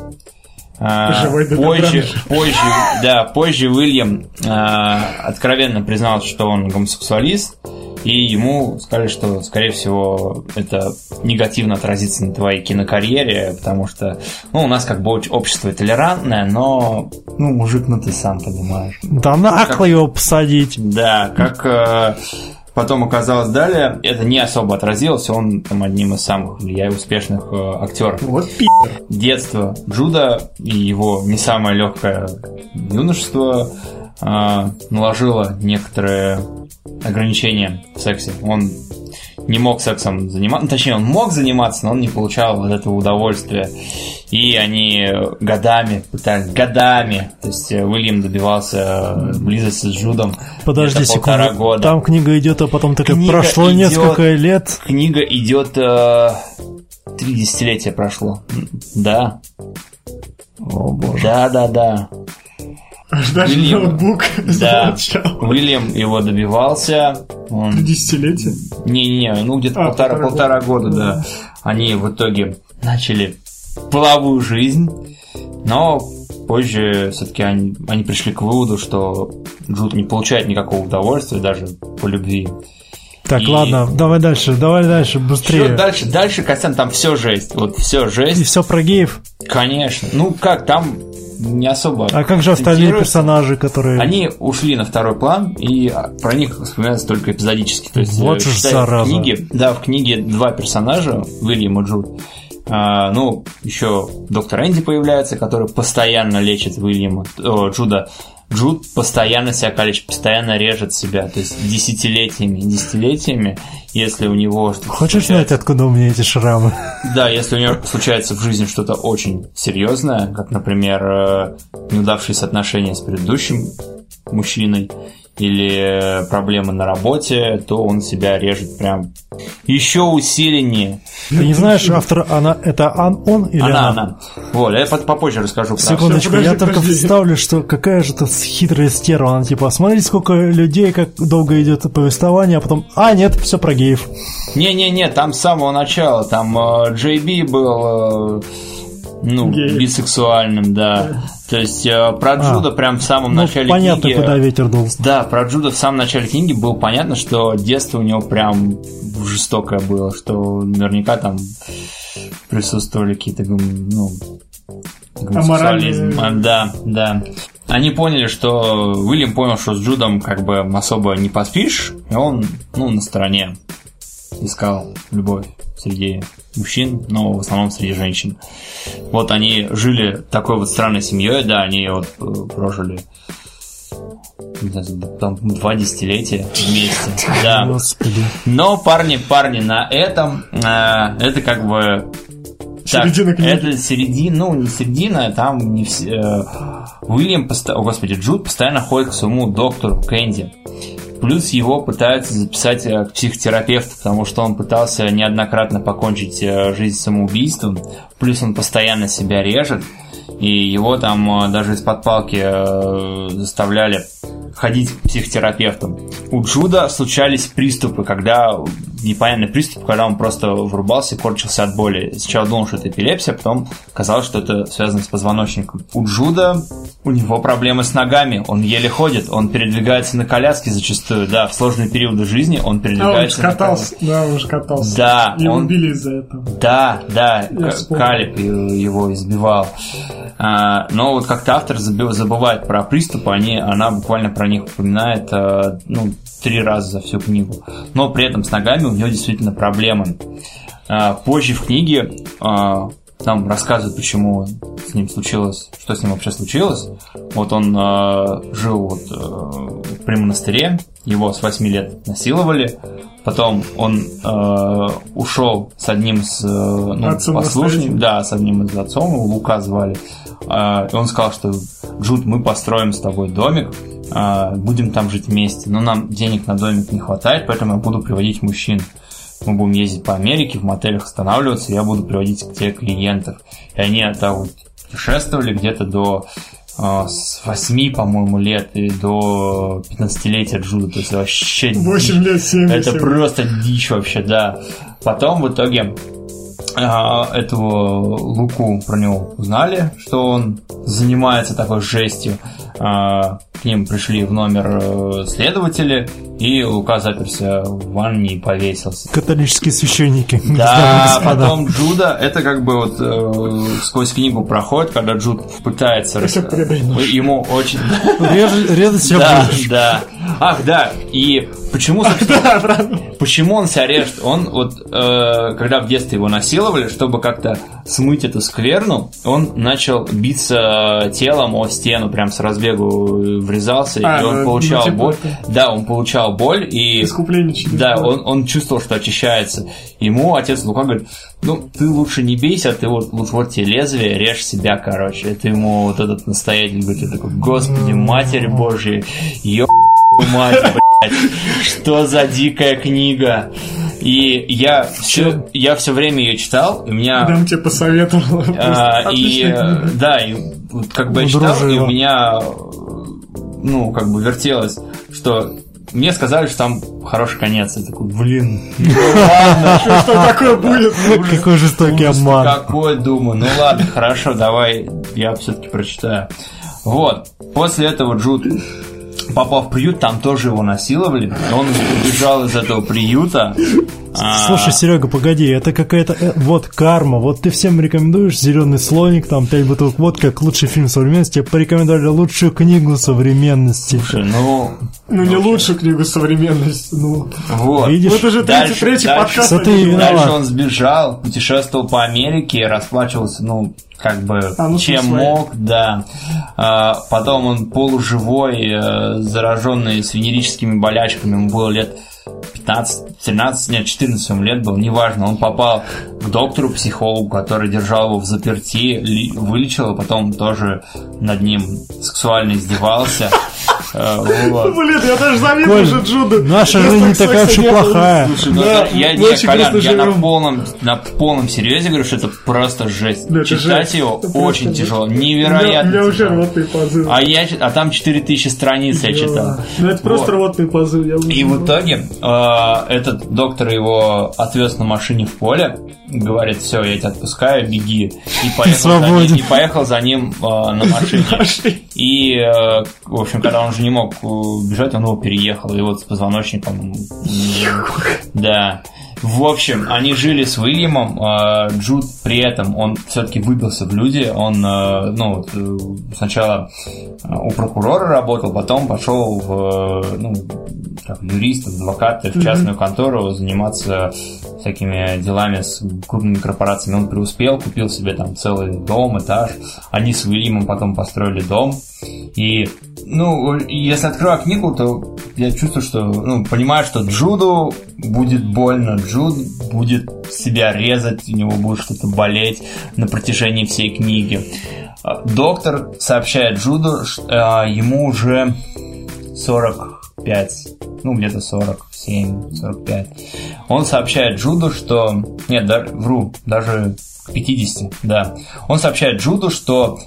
Позже Уильям откровенно признался, что он гомосексуалист, и ему сказали, что, скорее всего, это негативно отразится на твоей кинокарьере, потому что, у нас как бы общество толерантное, но, мужик, ты сам понимаешь. Да нахуй его посадить. Да, как... Потом оказалось далее, это не особо отразилось, он там одним из самых успешных актеров. Вот пи***р. Детство Джуда и его не самое легкое юношество наложило некоторые ограничения в сексе. Он не мог сексом заниматься, точнее, он мог заниматься, но он не получал от этого удовольствия. И они годами пытались, то есть Уильям добивался близости с Джудом. Подожди секунду, года. Там книга идет, а потом так прошло несколько лет. Книга идет 3 десятилетия прошло. Да. О боже. Да. Аж даже ноутбук замолчал. Уильям его добивался. 3 десятилетия? Не, где-то полтора года, да. Они в итоге начали половую жизнь, но позже все-таки они пришли к выводу, что Джуд не получает никакого удовольствия даже по любви. Так, ладно, давай дальше, быстрее. Что дальше, Костян, там все жесть. Вот все жесть. И все про геев? Конечно. Там не особо. А как же остальные персонажи, которые... Они ушли на второй план, и про них вспоминается только эпизодически. То есть, вот же зараза. В книге 2 персонажа, Уильям и Джуд. Еще доктор Энди появляется, который постоянно лечит Джуда. Джуд постоянно себя калечит, постоянно режет себя, то есть десятилетиями, если у него что-то Хочешь знать, откуда у меня эти шрамы? Да, если у него случается в жизни что-то очень серьезное, как, например, неудавшиеся отношения с предыдущим мужчиной, или проблемы на работе, то он себя режет прям еще усиленнее. Ты не знаешь, автор, это он или она? Вот, я попозже расскажу. Секундочку, я только представлю, что какая же это хитрая стерва. Она типа, смотрите, сколько людей, как долго идет повествование, а потом, нет, все про геев. Не, там с самого начала, там Джей Би был... бисексуальным, да. То есть про Джуда прям в самом начале понятно, книги... куда ветер дул. Да, про Джуда в самом начале книги было понятно, что детство у него прям жестокое было, что наверняка там присутствовали какие-то, гомосексуализм. Да. Они поняли, что... Уильям понял, что с Джудом как бы особо не поспишь, и он, на стороне искал любовь среди мужчин, но в основном среди женщин. Вот они жили такой вот странной семьей, да, они вот прожили там 2 десятилетия вместе. Да. Господи. Но парни на этом, это как бы... Середина книги. Это середина, не середина, там не все... Джуд постоянно ходит к своему доктору Кэнди. Плюс его пытаются записать к психотерапевту, потому что он пытался неоднократно покончить жизнь самоубийством. Плюс он постоянно себя режет. И его там даже из-под палки заставляли ходить к психотерапевтам. У Джуда случались приступы, когда непонятный приступ, когда он просто врубался и корчился от боли. Сначала думал, что это эпилепсия, потом казалось, что это связано с позвоночником. У Джуда, у него проблемы с ногами, он еле ходит, он передвигается на коляске зачастую, да, в сложные периоды жизни он передвигается на коляске. Да, он же катался. Да, его убили из-за этого. Да, Калиб его избивал. Но вот как-то автор забывает про приступы, она буквально про них упоминает 3 раза за всю книгу. Но при этом с ногами у него действительно проблемы. Позже в книге нам рассказывают, почему с ним случилось, что с ним вообще случилось. Вот он жил при монастыре, его с 8 лет насиловали. Потом он ушел с одним из послушников, с одним из отцов, его Лука звали. И он сказал, что Джуд, мы построим с тобой домик, будем там жить вместе, но нам денег на домик не хватает, поэтому я буду приводить мужчин. Мы будем ездить по Америке, в мотелях останавливаться, и я буду приводить к тебе клиентов. И они путешествовали где-то с 8, по-моему, лет и до 15-летия Джуда. То есть вообще 8 лет, 7 это просто дичь вообще, да. Потом в итоге этого Луку про него узнали, что он занимается такой жестью. К ним пришли в номер следователи, и Лука заперся в ванне и повесился. Католические священники. Да, потом Джуда, это как бы сквозь книгу проходит, когда Джуд пытается... Ему очень... Резать себя будешь. Да. Ах, да, и почему, собственно, почему он себя режет? Он когда в детстве его насиловали, чтобы как-то смыть эту скверну, он начал биться телом о стену, прям с разбегу врезался, и он получал боль. Да, он получал боль, и... Искупление через да, он чувствовал, что очищается. Ему отец Лука говорит, ты лучше не бейся, ты вот тебе лезвие, режь себя, короче. Это ему вот этот настоятель говорит, я такой, Господи, Матерь Божья, мать, блядь, что за дикая книга. И я все время ее читал, и у меня... Дам тебе посоветовал. И как бы я читал, и у меня вертелось, что мне сказали, что там хороший конец. Я такой, ладно, что такое будет? Какой жестокий обман. Какой, думаю, ладно, хорошо, давай я все-таки прочитаю. Вот, после этого Джуд попал в приют, там тоже его насиловали. Он убежал из этого приюта. Слушай, Серега, погоди, это какая-то карма. Вот ты всем рекомендуешь «Зеленый слоник», там 5 бутылок водки, как лучший фильм современности. Тебе порекомендовали лучшую книгу современности. Слушай, не лучшую книгу современности. Вот. Видишь? Это же третий подкаст. Дальше он сбежал, путешествовал по Америке, расплачивался, чем мог, да. Потом он полуживой, зараженный с венерическими болячками, ему было лет 14 ему лет было, неважно. Он попал к доктору-психологу, который держал его в заперти, вылечил, а потом тоже над ним сексуально издевался. Блин, я даже заметил, что Джуда... Наша жизнь не такая уж и плохая. Слушай, я на полном серьезе говорю, что это просто жесть. Читать его очень тяжело, невероятно. У меня уже рвотный позыв. А там 4000 страниц я читал. Это просто рвотный позыв. И в итоге этот доктор его отвез на машине в поле, говорит, все, я тебя отпускаю, беги. И поехал за ним на машине. И, в общем, когда он уже не мог бежать, он его переехал. И вот с позвоночником... Да. В общем, они жили с Уильямом. Джуд при этом, он все-таки выбился в люди. Он, сначала у прокурора работал, потом пошел в юриста, адвоката, в частную контору заниматься всякими делами с крупными корпорациями. Он преуспел, купил себе там целый дом, этаж. Они с Уильямом потом построили дом. И, если открываю книгу, то я чувствую, что, понимаю, что Джуду будет больно, Джуд будет себя резать, у него будет что-то болеть на протяжении всей книги. Доктор сообщает Джуду, что ему уже 45, где-то 47, 45. Он сообщает Джуду, что... Нет, даже к 50, да. Он сообщает Джуду, что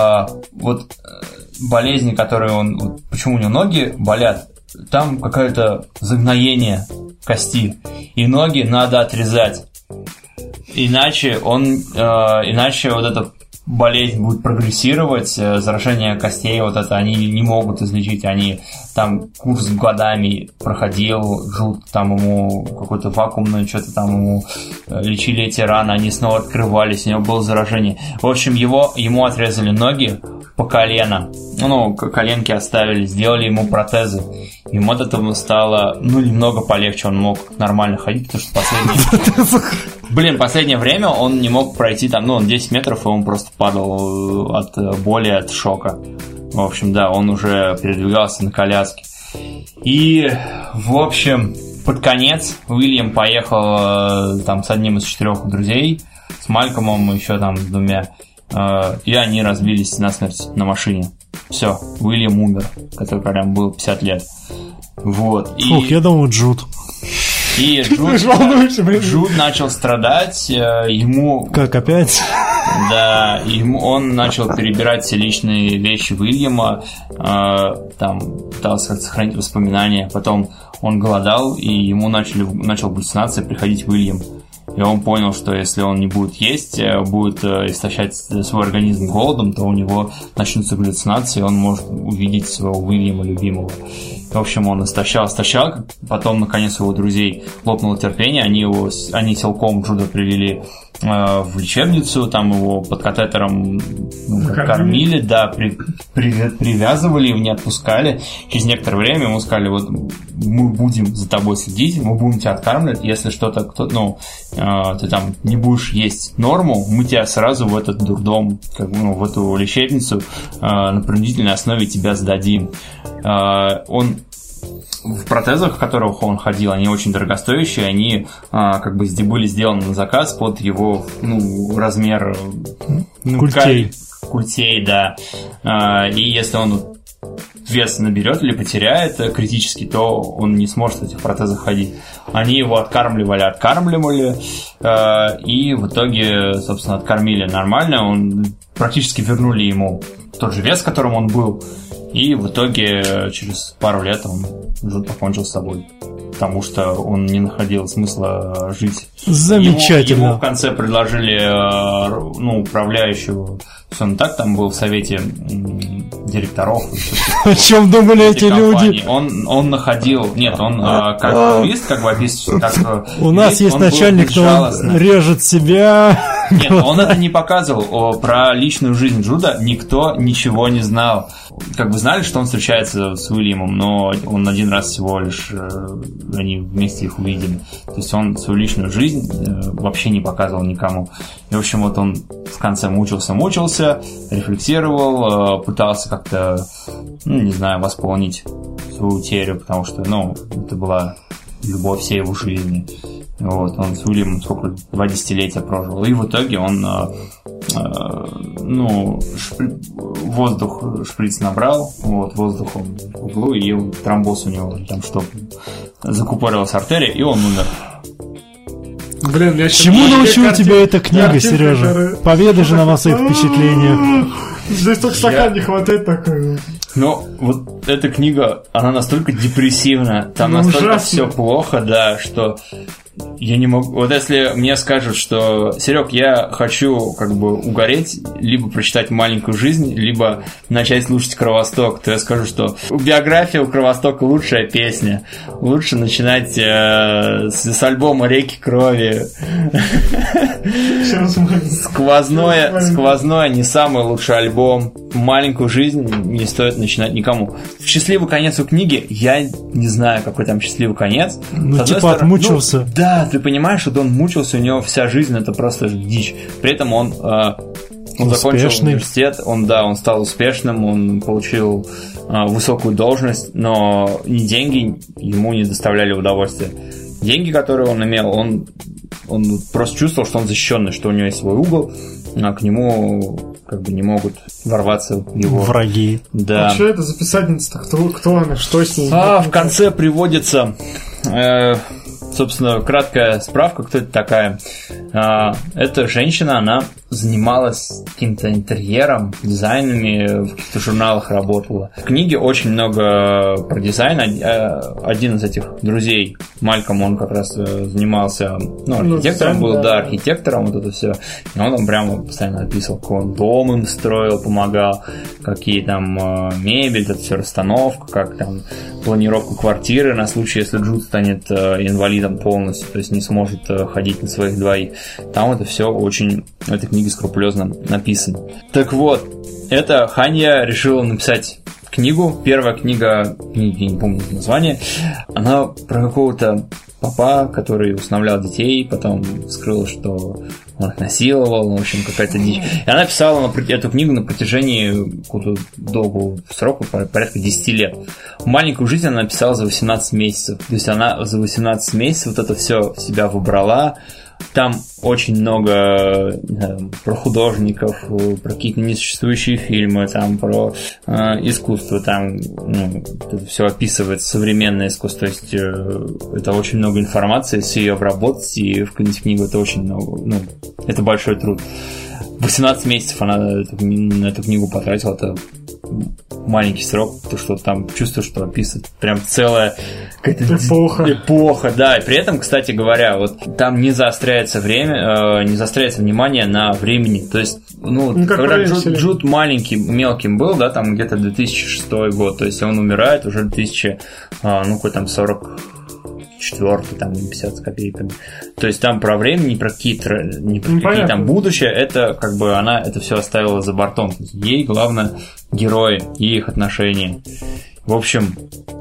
болезни, которые почему у него ноги болят, там какое-то загноение, кости, и ноги надо отрезать. Иначе вот эта болезнь будет прогрессировать, заражение костей, вот это они не могут излечить, они там курс годами проходил, Джуд там ему какое-то вакуумное, что-то там ему лечили эти раны, они снова открывались, у него было заражение. В общем, ему отрезали ноги по колено, коленки оставили, сделали ему протезы. Ему от этого стало, немного полегче, он мог нормально ходить, потому что последнее время он не мог пройти там, он 10 метров, и он просто падал от боли, от шока. В общем, да, он уже передвигался на коляске. И, в общем, под конец Уильям поехал там с одним из 4 друзей, с Малькомом, еще там с 2, и они разбились насмерть на машине. Все, Уильям умер, который прям был 50 лет. Вот. Я думал, Джуд. И Джуд начал страдать, ему... Как, опять? Да, он начал перебирать все личные вещи Уильяма, там пытался сохранить воспоминания, потом он голодал, и ему начал галлюцинации приходить Уильям. И он понял, что если он не будет есть, будет истощать свой организм голодом, то у него начнутся галлюцинации, и он может увидеть своего Уильяма любимого. В общем, он истощал, потом, наконец, у его друзей лопнуло терпение, они силком Джуда привели в лечебницу, там его под катетером кормили, да, привязывали, его не отпускали. Через некоторое время ему сказали, вот мы будем за тобой следить, мы будем тебя откармливать, если что-то, ты там не будешь есть норму, мы тебя сразу в этот дурдом, в эту лечебницу на принудительной основе тебя сдадим. Он в протезах, в которых он ходил, они очень дорогостоящие, они были сделаны на заказ под его размер культей, да. И если он вес наберет или потеряет критически, то он не сможет в этих протезах ходить. Они его откармливали, и в итоге, собственно, откормили нормально, практически вернули ему тот же вес, которым он был. И в итоге через пару лет он уже покончил с собой, потому что он не находил смысла жить. Замечательно. Ему в конце предложили управляющего, он так там был в совете директоров. О чем думали эти люди? Он находил... Нет, он как юрист, описывает... У нас есть начальник, кто режет себя... Нет, он это не показывал. Про личную жизнь Джуда никто ничего не знал. Знали, что он встречается с Уильямом, но он один раз всего лишь они вместе их увидели. То есть он свою личную жизнь вообще не показывал никому. И, в общем, вот он в конце мучился, рефлексировал, пытался как-то, восполнить свою утерю, потому что, это была любовь всей его жизни. Вот, он с Уильямом 2 десятилетия прожил. И в итоге он шприц набрал, воздухом в углу, и тромбоз у него там закупорилась артерия, и он умер. Чему научила тебя эта книга, Сережа? Поведай же нам о своих впечатлениях. Здесь только стакан не хватает такой. Вот эта книга, она настолько депрессивная, там настолько все плохо, да, что я не могу... Вот если мне скажут, что Серег, я хочу угореть, либо прочитать «Маленькую жизнь», либо начать слушать «Кровосток», то я скажу, что биография у Кровостока лучшая песня. Лучше начинать с альбома «Реки крови». Сквозное не самый лучший альбом. «Маленькую жизнь» не стоит начинать никому. Счастливый конец у книги, я не знаю, какой там счастливый конец. Отмучился. Да, ты понимаешь, что он мучился, у него вся жизнь это просто дичь. При этом он закончил университет, он стал успешным, он получил высокую должность, но ни деньги ему не доставляли удовольствия. Деньги, которые он имел, он просто чувствовал, что он защищенный, что у него есть свой угол, а к нему не могут ворваться его враги. Да. А что это за писательница-то? Кто она? Что с ней? В конце приводится Собственно, краткая справка, кто это такая. Эта женщина, она занималась каким-то интерьером, дизайнами, в каких-то журналах работала. В книге очень много про дизайн. Один из этих друзей, Мальком, он как раз занимался, архитектором был, да, архитектором, вот это все. И он там прямо постоянно описывал, какой он дом им строил, помогал, какие там мебель, это все расстановка, как там планировку квартиры на случай, если Джуд станет инвалидом полностью, то есть не сможет ходить на своих двоих. Там это все очень в этой книге скрупулезно написано. Так вот, это Ханья решила написать книгу. Первая книга, я не помню название, она про какого-то папа, который усыновлял детей, потом вскрыл, что он их насиловал, в общем, какая-то дичь. И она писала эту книгу на протяжении какого-то долгого срока, порядка 10 лет. Маленькую жизнь она написала за 18 месяцев. То есть она за 18 месяцев вот это все в себя выбрала. Там очень много про художников, про какие-то несуществующие фильмы, там про искусство, там это все описывается, современное искусство, то есть это очень много информации, если ее обработать и вклинить в книгу, это очень много, это большой труд. 18 месяцев она на эту книгу потратила, это маленький срок, то что там чувствуешь, что описывает прям целая какая-то эпоха, да, и при этом, кстати говоря, вот там не заостряется время, не заостряется внимание на времени, то есть, когда Джуд мелким был, да, там где-то 2006 год, то есть он умирает уже 44-й, там, 50 с копейками. То есть там про время, не про какие там будущее, это как бы она это все оставила за бортом. Ей главное герои и их отношения. В общем,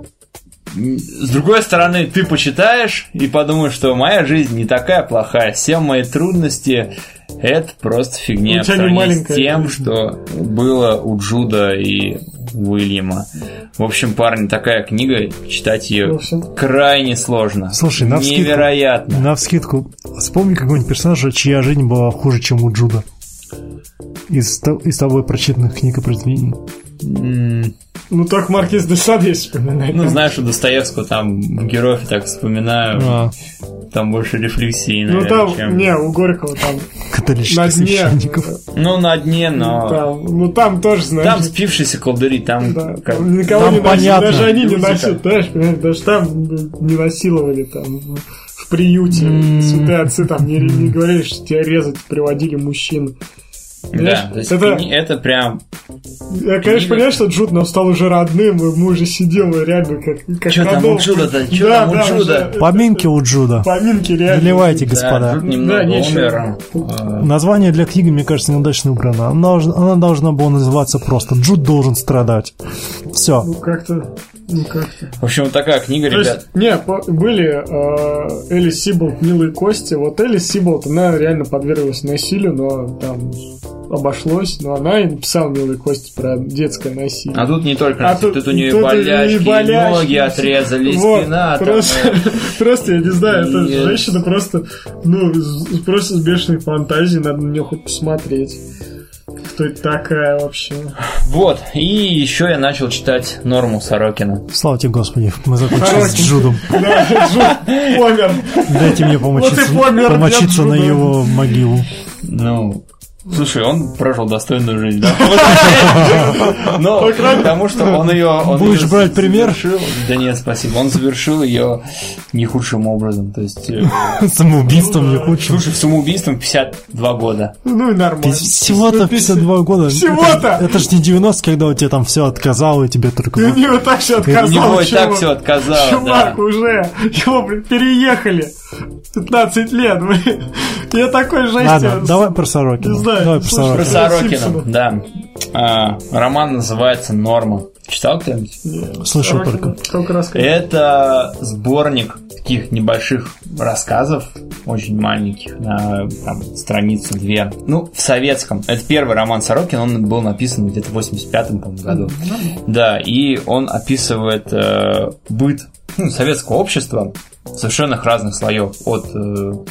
с другой стороны, ты почитаешь и подумаешь, что моя жизнь не такая плохая, все мои трудности — это просто фигня по сравнению с тем, что было у Джуда и Уильяма. В общем, парни, такая книга, читать ее крайне сложно. Слушай, невероятно. Навскидку, вспомни какого-нибудь персонажа, чья жизнь была хуже, чем у Джуда. Из тобой прочитанных книг и произведений. Так Маркиз де Саде вспоминает. Знаешь, у Достоевского там героев так вспоминаю. Там больше рефлексии, наверное, чем... у Горького там католических священников. На дне, но... Там тоже, знаешь... Там спившиеся колдыри, там... Никого не насиловали, даже они не насиловали, понимаешь, даже там не насиловали, там, в приюте. Святые отцы там не говорили, что тебя резать приводили мужчин. Да, то есть это прям... Я, конечно, понимаю, что Джуд нам стал уже родным, мы уже сидим реально как что там у Джуда-то? Что там у Джуда? Поминки у Джуда. Поминки реально. Наливайте, господа. Джуд немного умер. Название для книги, мне кажется, неудачно выбрано. Она должна была называться просто «Джуд должен страдать». Все. Как-то. В общем, вот такая книга, ребят. Были Элис Сиболт, «Милые кости». Вот Элис Сиболт, она реально подверглась насилию, но там обошлось. Но она и написала «Милые кости» про детское насилие. А тут не только тут у нее болячки, ноги отрезали, спина. Просто, я не знаю, эта женщина просто с бешеной фантазией, надо на нее хоть посмотреть. Кто это такая вообще? Вот, и еще я начал читать Норму Сорокина. Слава тебе, Господи, мы закончили с Джудом. Да, Джуд помер. Дайте мне помочиться на его могилу. Слушай, он прожил достойную жизнь, да? Но потому что он ее... Будешь брать пример? Да нет, спасибо. Он завершил ее не худшим образом, то есть... Самоубийством не худшим. Слушай, самоубийством 52 года. И нормально. Всего-то 52 года. Всего-то! Это же не 90, когда у тебя там все отказало, и тебе только... У него так все отказало, У него и так все отказало, чувак, уже. Его, переехали. 15 лет, блин. Я такой жести. Ладно, давай про Сорокина. Не знаю. Давай про Сорокина, да. Роман называется «Норма». Читал кто-нибудь? Слышал только. Это сборник таких небольших рассказов, очень маленьких, на страницу-две. В советском. Это первый роман Сорокина, он был написан где-то в 85-м, по-моему, году. Да, и он описывает быт советского общества совершенно разных слоев. От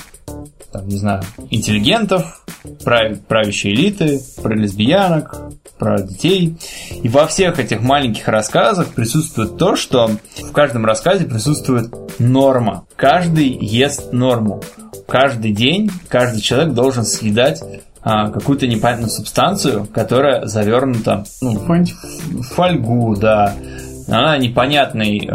интеллигентов, правящей элиты, про лесбиянок, про детей. И во всех этих маленьких рассказах присутствует то, что в каждом рассказе присутствует норма. Каждый ест норму. Каждый день каждый человек должен съедать какую-то непонятную субстанцию, которая завернута в фольгу, да. Она непонятной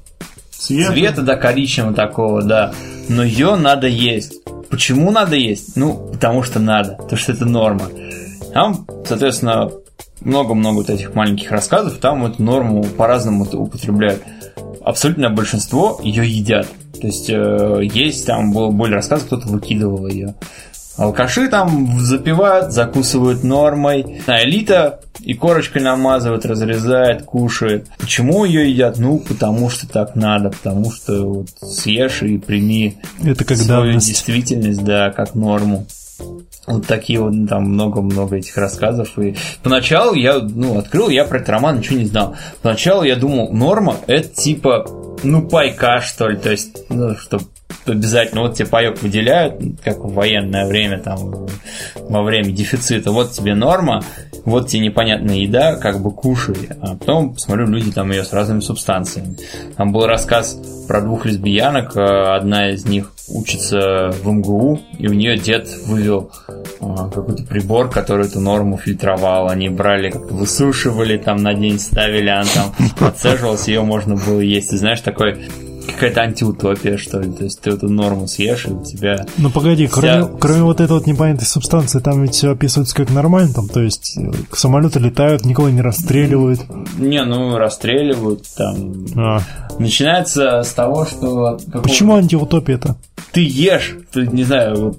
цвета, да, коричневого такого, да. Но ее надо есть. Почему надо есть? Потому что надо. Потому что это норма. Там, соответственно, много-много вот этих маленьких рассказов, там эту норму по-разному употребляют. Абсолютное большинство ее едят. То есть есть там были рассказы, кто-то выкидывал ее. Алкаши там запивают, закусывают нормой. Элита и корочкой намазывает, разрезает, кушает. Почему ее едят? Потому что так надо. Потому что вот съешь и прими это как свою данность. Действительность, да, как норму. Вот такие вот там много-много этих рассказов. И поначалу я открыл, я про этот роман ничего не знал. Поначалу я думал, норма это типа пайка, что ли. То есть, чтобы обязательно вот тебе паёк выделяют, как в военное время, там, во время дефицита. Вот тебе норма, вот тебе непонятная еда, как бы кушай. А потом, посмотрю, люди там ее с разными субстанциями. Там был рассказ про 2 лесбиянок. Одна из них учится в МГУ, и у нее дед вывел какой-то прибор, который эту норму фильтровал. Они брали, как-то высушивали, там на день ставили, она там отцеживалась, ее можно было есть. Ты знаешь, такой... Какая-то антиутопия, что ли. То есть ты эту норму съешь, и у тебя... погоди, кроме вот этой вот непонятной субстанции, там ведь все описывается как нормально, там, то есть самолеты летают, никого не расстреливают. Расстреливают, там... Начинается с того, что... Почему антиутопия-то? Ты ешь, ты, не знаю...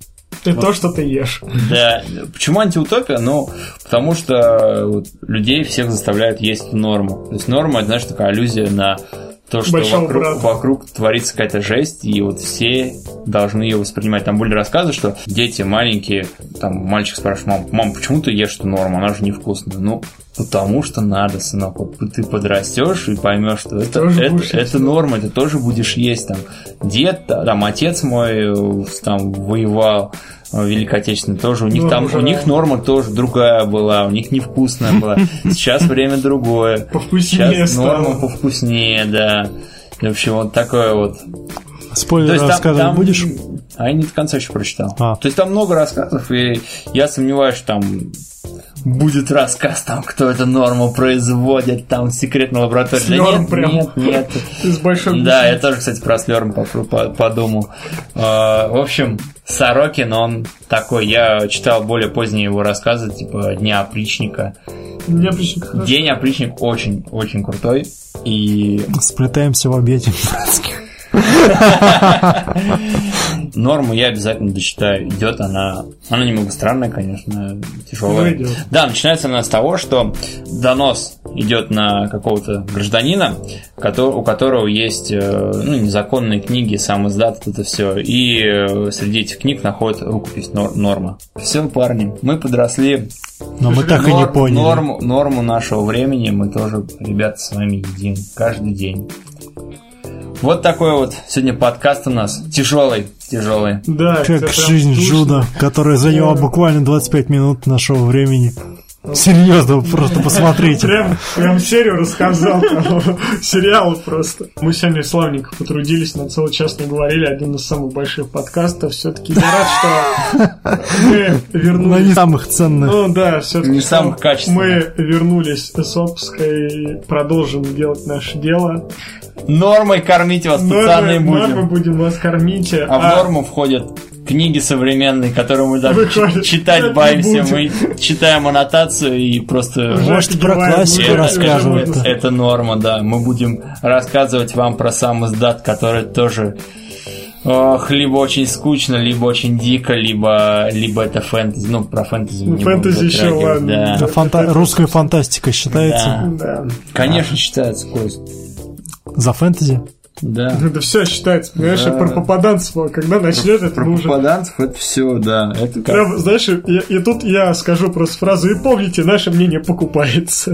То, что ты ешь. Да. Почему антиутопия? Потому что людей всех заставляют есть эту норму. То есть норма, это, знаешь, такая аллюзия на... То, что вокруг творится какая-то жесть, и вот все должны ее воспринимать. Там были рассказы, что дети маленькие, там мальчик спрашивает: мам, почему ты ешь эту норму? Она же невкусная. Потому что надо, сынок. Вот ты подрастешь и поймешь, что это норма, ты тоже будешь есть. Там дед, там отец мой там воевал в Великой Отечественной, тоже у них норма тоже другая была, у них невкусная была. Сейчас время другое. Повкуснее сейчас норма повкуснее, да. В общем, вот такое вот. Спойлер рассказывать будешь? Я не до конца еще прочитал. То есть там много рассказов, и я сомневаюсь, что там будет рассказ, там, кто эту норму производит, там, секретная лаборатория. Слёрм прям. Нет. Из большой Да, я тоже, кстати, про Слёрм подумал. В общем, Сорокин, он такой, я читал более поздние его рассказы, типа «Дня опричника». День опричник очень крутой. И... Сплетаемся в объятиях. Норму я обязательно дочитаю. Идет она немного странная, конечно, тяжелая. Да, начинается она с того, что донос идет на какого-то гражданина, у которого есть незаконные книги, сам издат, это все. И среди этих книг находят рукопись Норма. Все, парни, мы подросли. Но мы так и не поняли. Норму нашего времени мы тоже, ребята, с вами едим каждый день. Вот такой вот сегодня подкаст у нас. Тяжелый. Да, как жизнь Джуда, которая заняла буквально 25 минут нашего времени. Серьезно, просто посмотрите. Прям серию рассказал, сериал просто. Мы сегодня славненько потрудились, на целый час не говорили, один из самых больших подкастов. Все-таки я рад, что мы вернулись. Но не самых ценных. Да, все-таки не самых качественных. Мы вернулись с отпуска и продолжим делать наше дело. Нормой кормить вас, пацаны, будем. Нормой будем вас кормить. А в норму входят книги современные, которые мы даже читать боимся. Мы читаем аннотацию и просто... Может, про классику рассказывать. Это норма, да. Мы будем рассказывать вам про сам издат, который тоже... либо очень скучно, либо очень дико, либо это фэнтези. Про фэнтези мы не фэнтези еще, ладно. Да. Русская фантастика считается? Да. Конечно, считается, Кость. За фэнтези? Да. Это все считается, понимаешь, про попаданцев, когда начнет это уже... Про попаданцев это все, да. Это как... Прям, знаешь, и тут я скажу просто фразу, и помните, наше мнение покупается.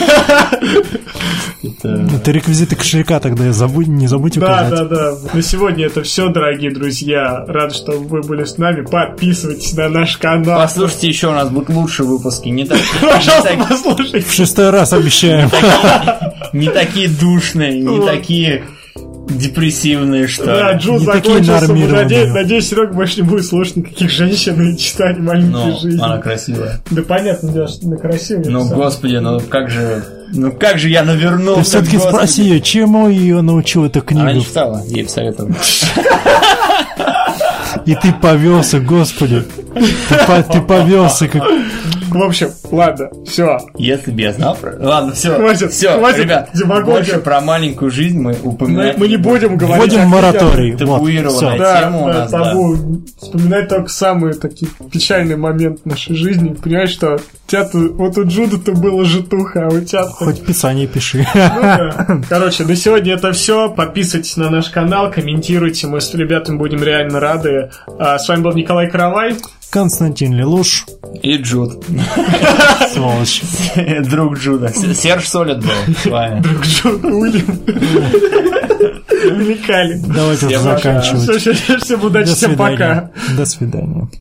Это реквизиты кошелька тогда, не забудьте указать. Да. На сегодня это все, дорогие друзья. Рад, что вы были с нами. Подписывайтесь на наш канал. Послушайте еще, у нас будут лучшие выпуски. Пожалуйста, послушайте. В 6-й раз обещаем. Не такие душные, не такие... депрессивные, что ли. Да, Джун закончился. Надеюсь, Серега больше не будет слушать никаких женщин и читать маленькие жизни. Она красивая. Да понятно, дело, что она красивая. Господи, как же я навернулся. Ты все-таки спроси ее, чему ее научил эта книга? Она не читала, ей посоветовали. И ты повелся, господи. Ты повелся как... В общем, ладно, все. Если бы я знал про... Ладно, все. Хватит, ребят, больше про маленькую жизнь мы упоминать. Мы не будем говорить. Вводим мораторий. Табуированная тема у нас, табу. Вспоминать только самые такие печальные моменты нашей жизни. Понимаешь, что у тебя-то, вот у Джуда-то было житуха, а у тебя... Хоть писание пиши. Короче, на сегодня это все. Подписывайтесь на наш канал, комментируйте. Мы с ребятами будем реально рады. С вами был Николай Каравай. Константин Лелуш. И Джуд. Сволочь. Друг Джуда. Серж Солид был с вами. Друг Джуда, Уильям. Увлекали. Давайте заканчивать. Всем удачи, всем пока. До свидания.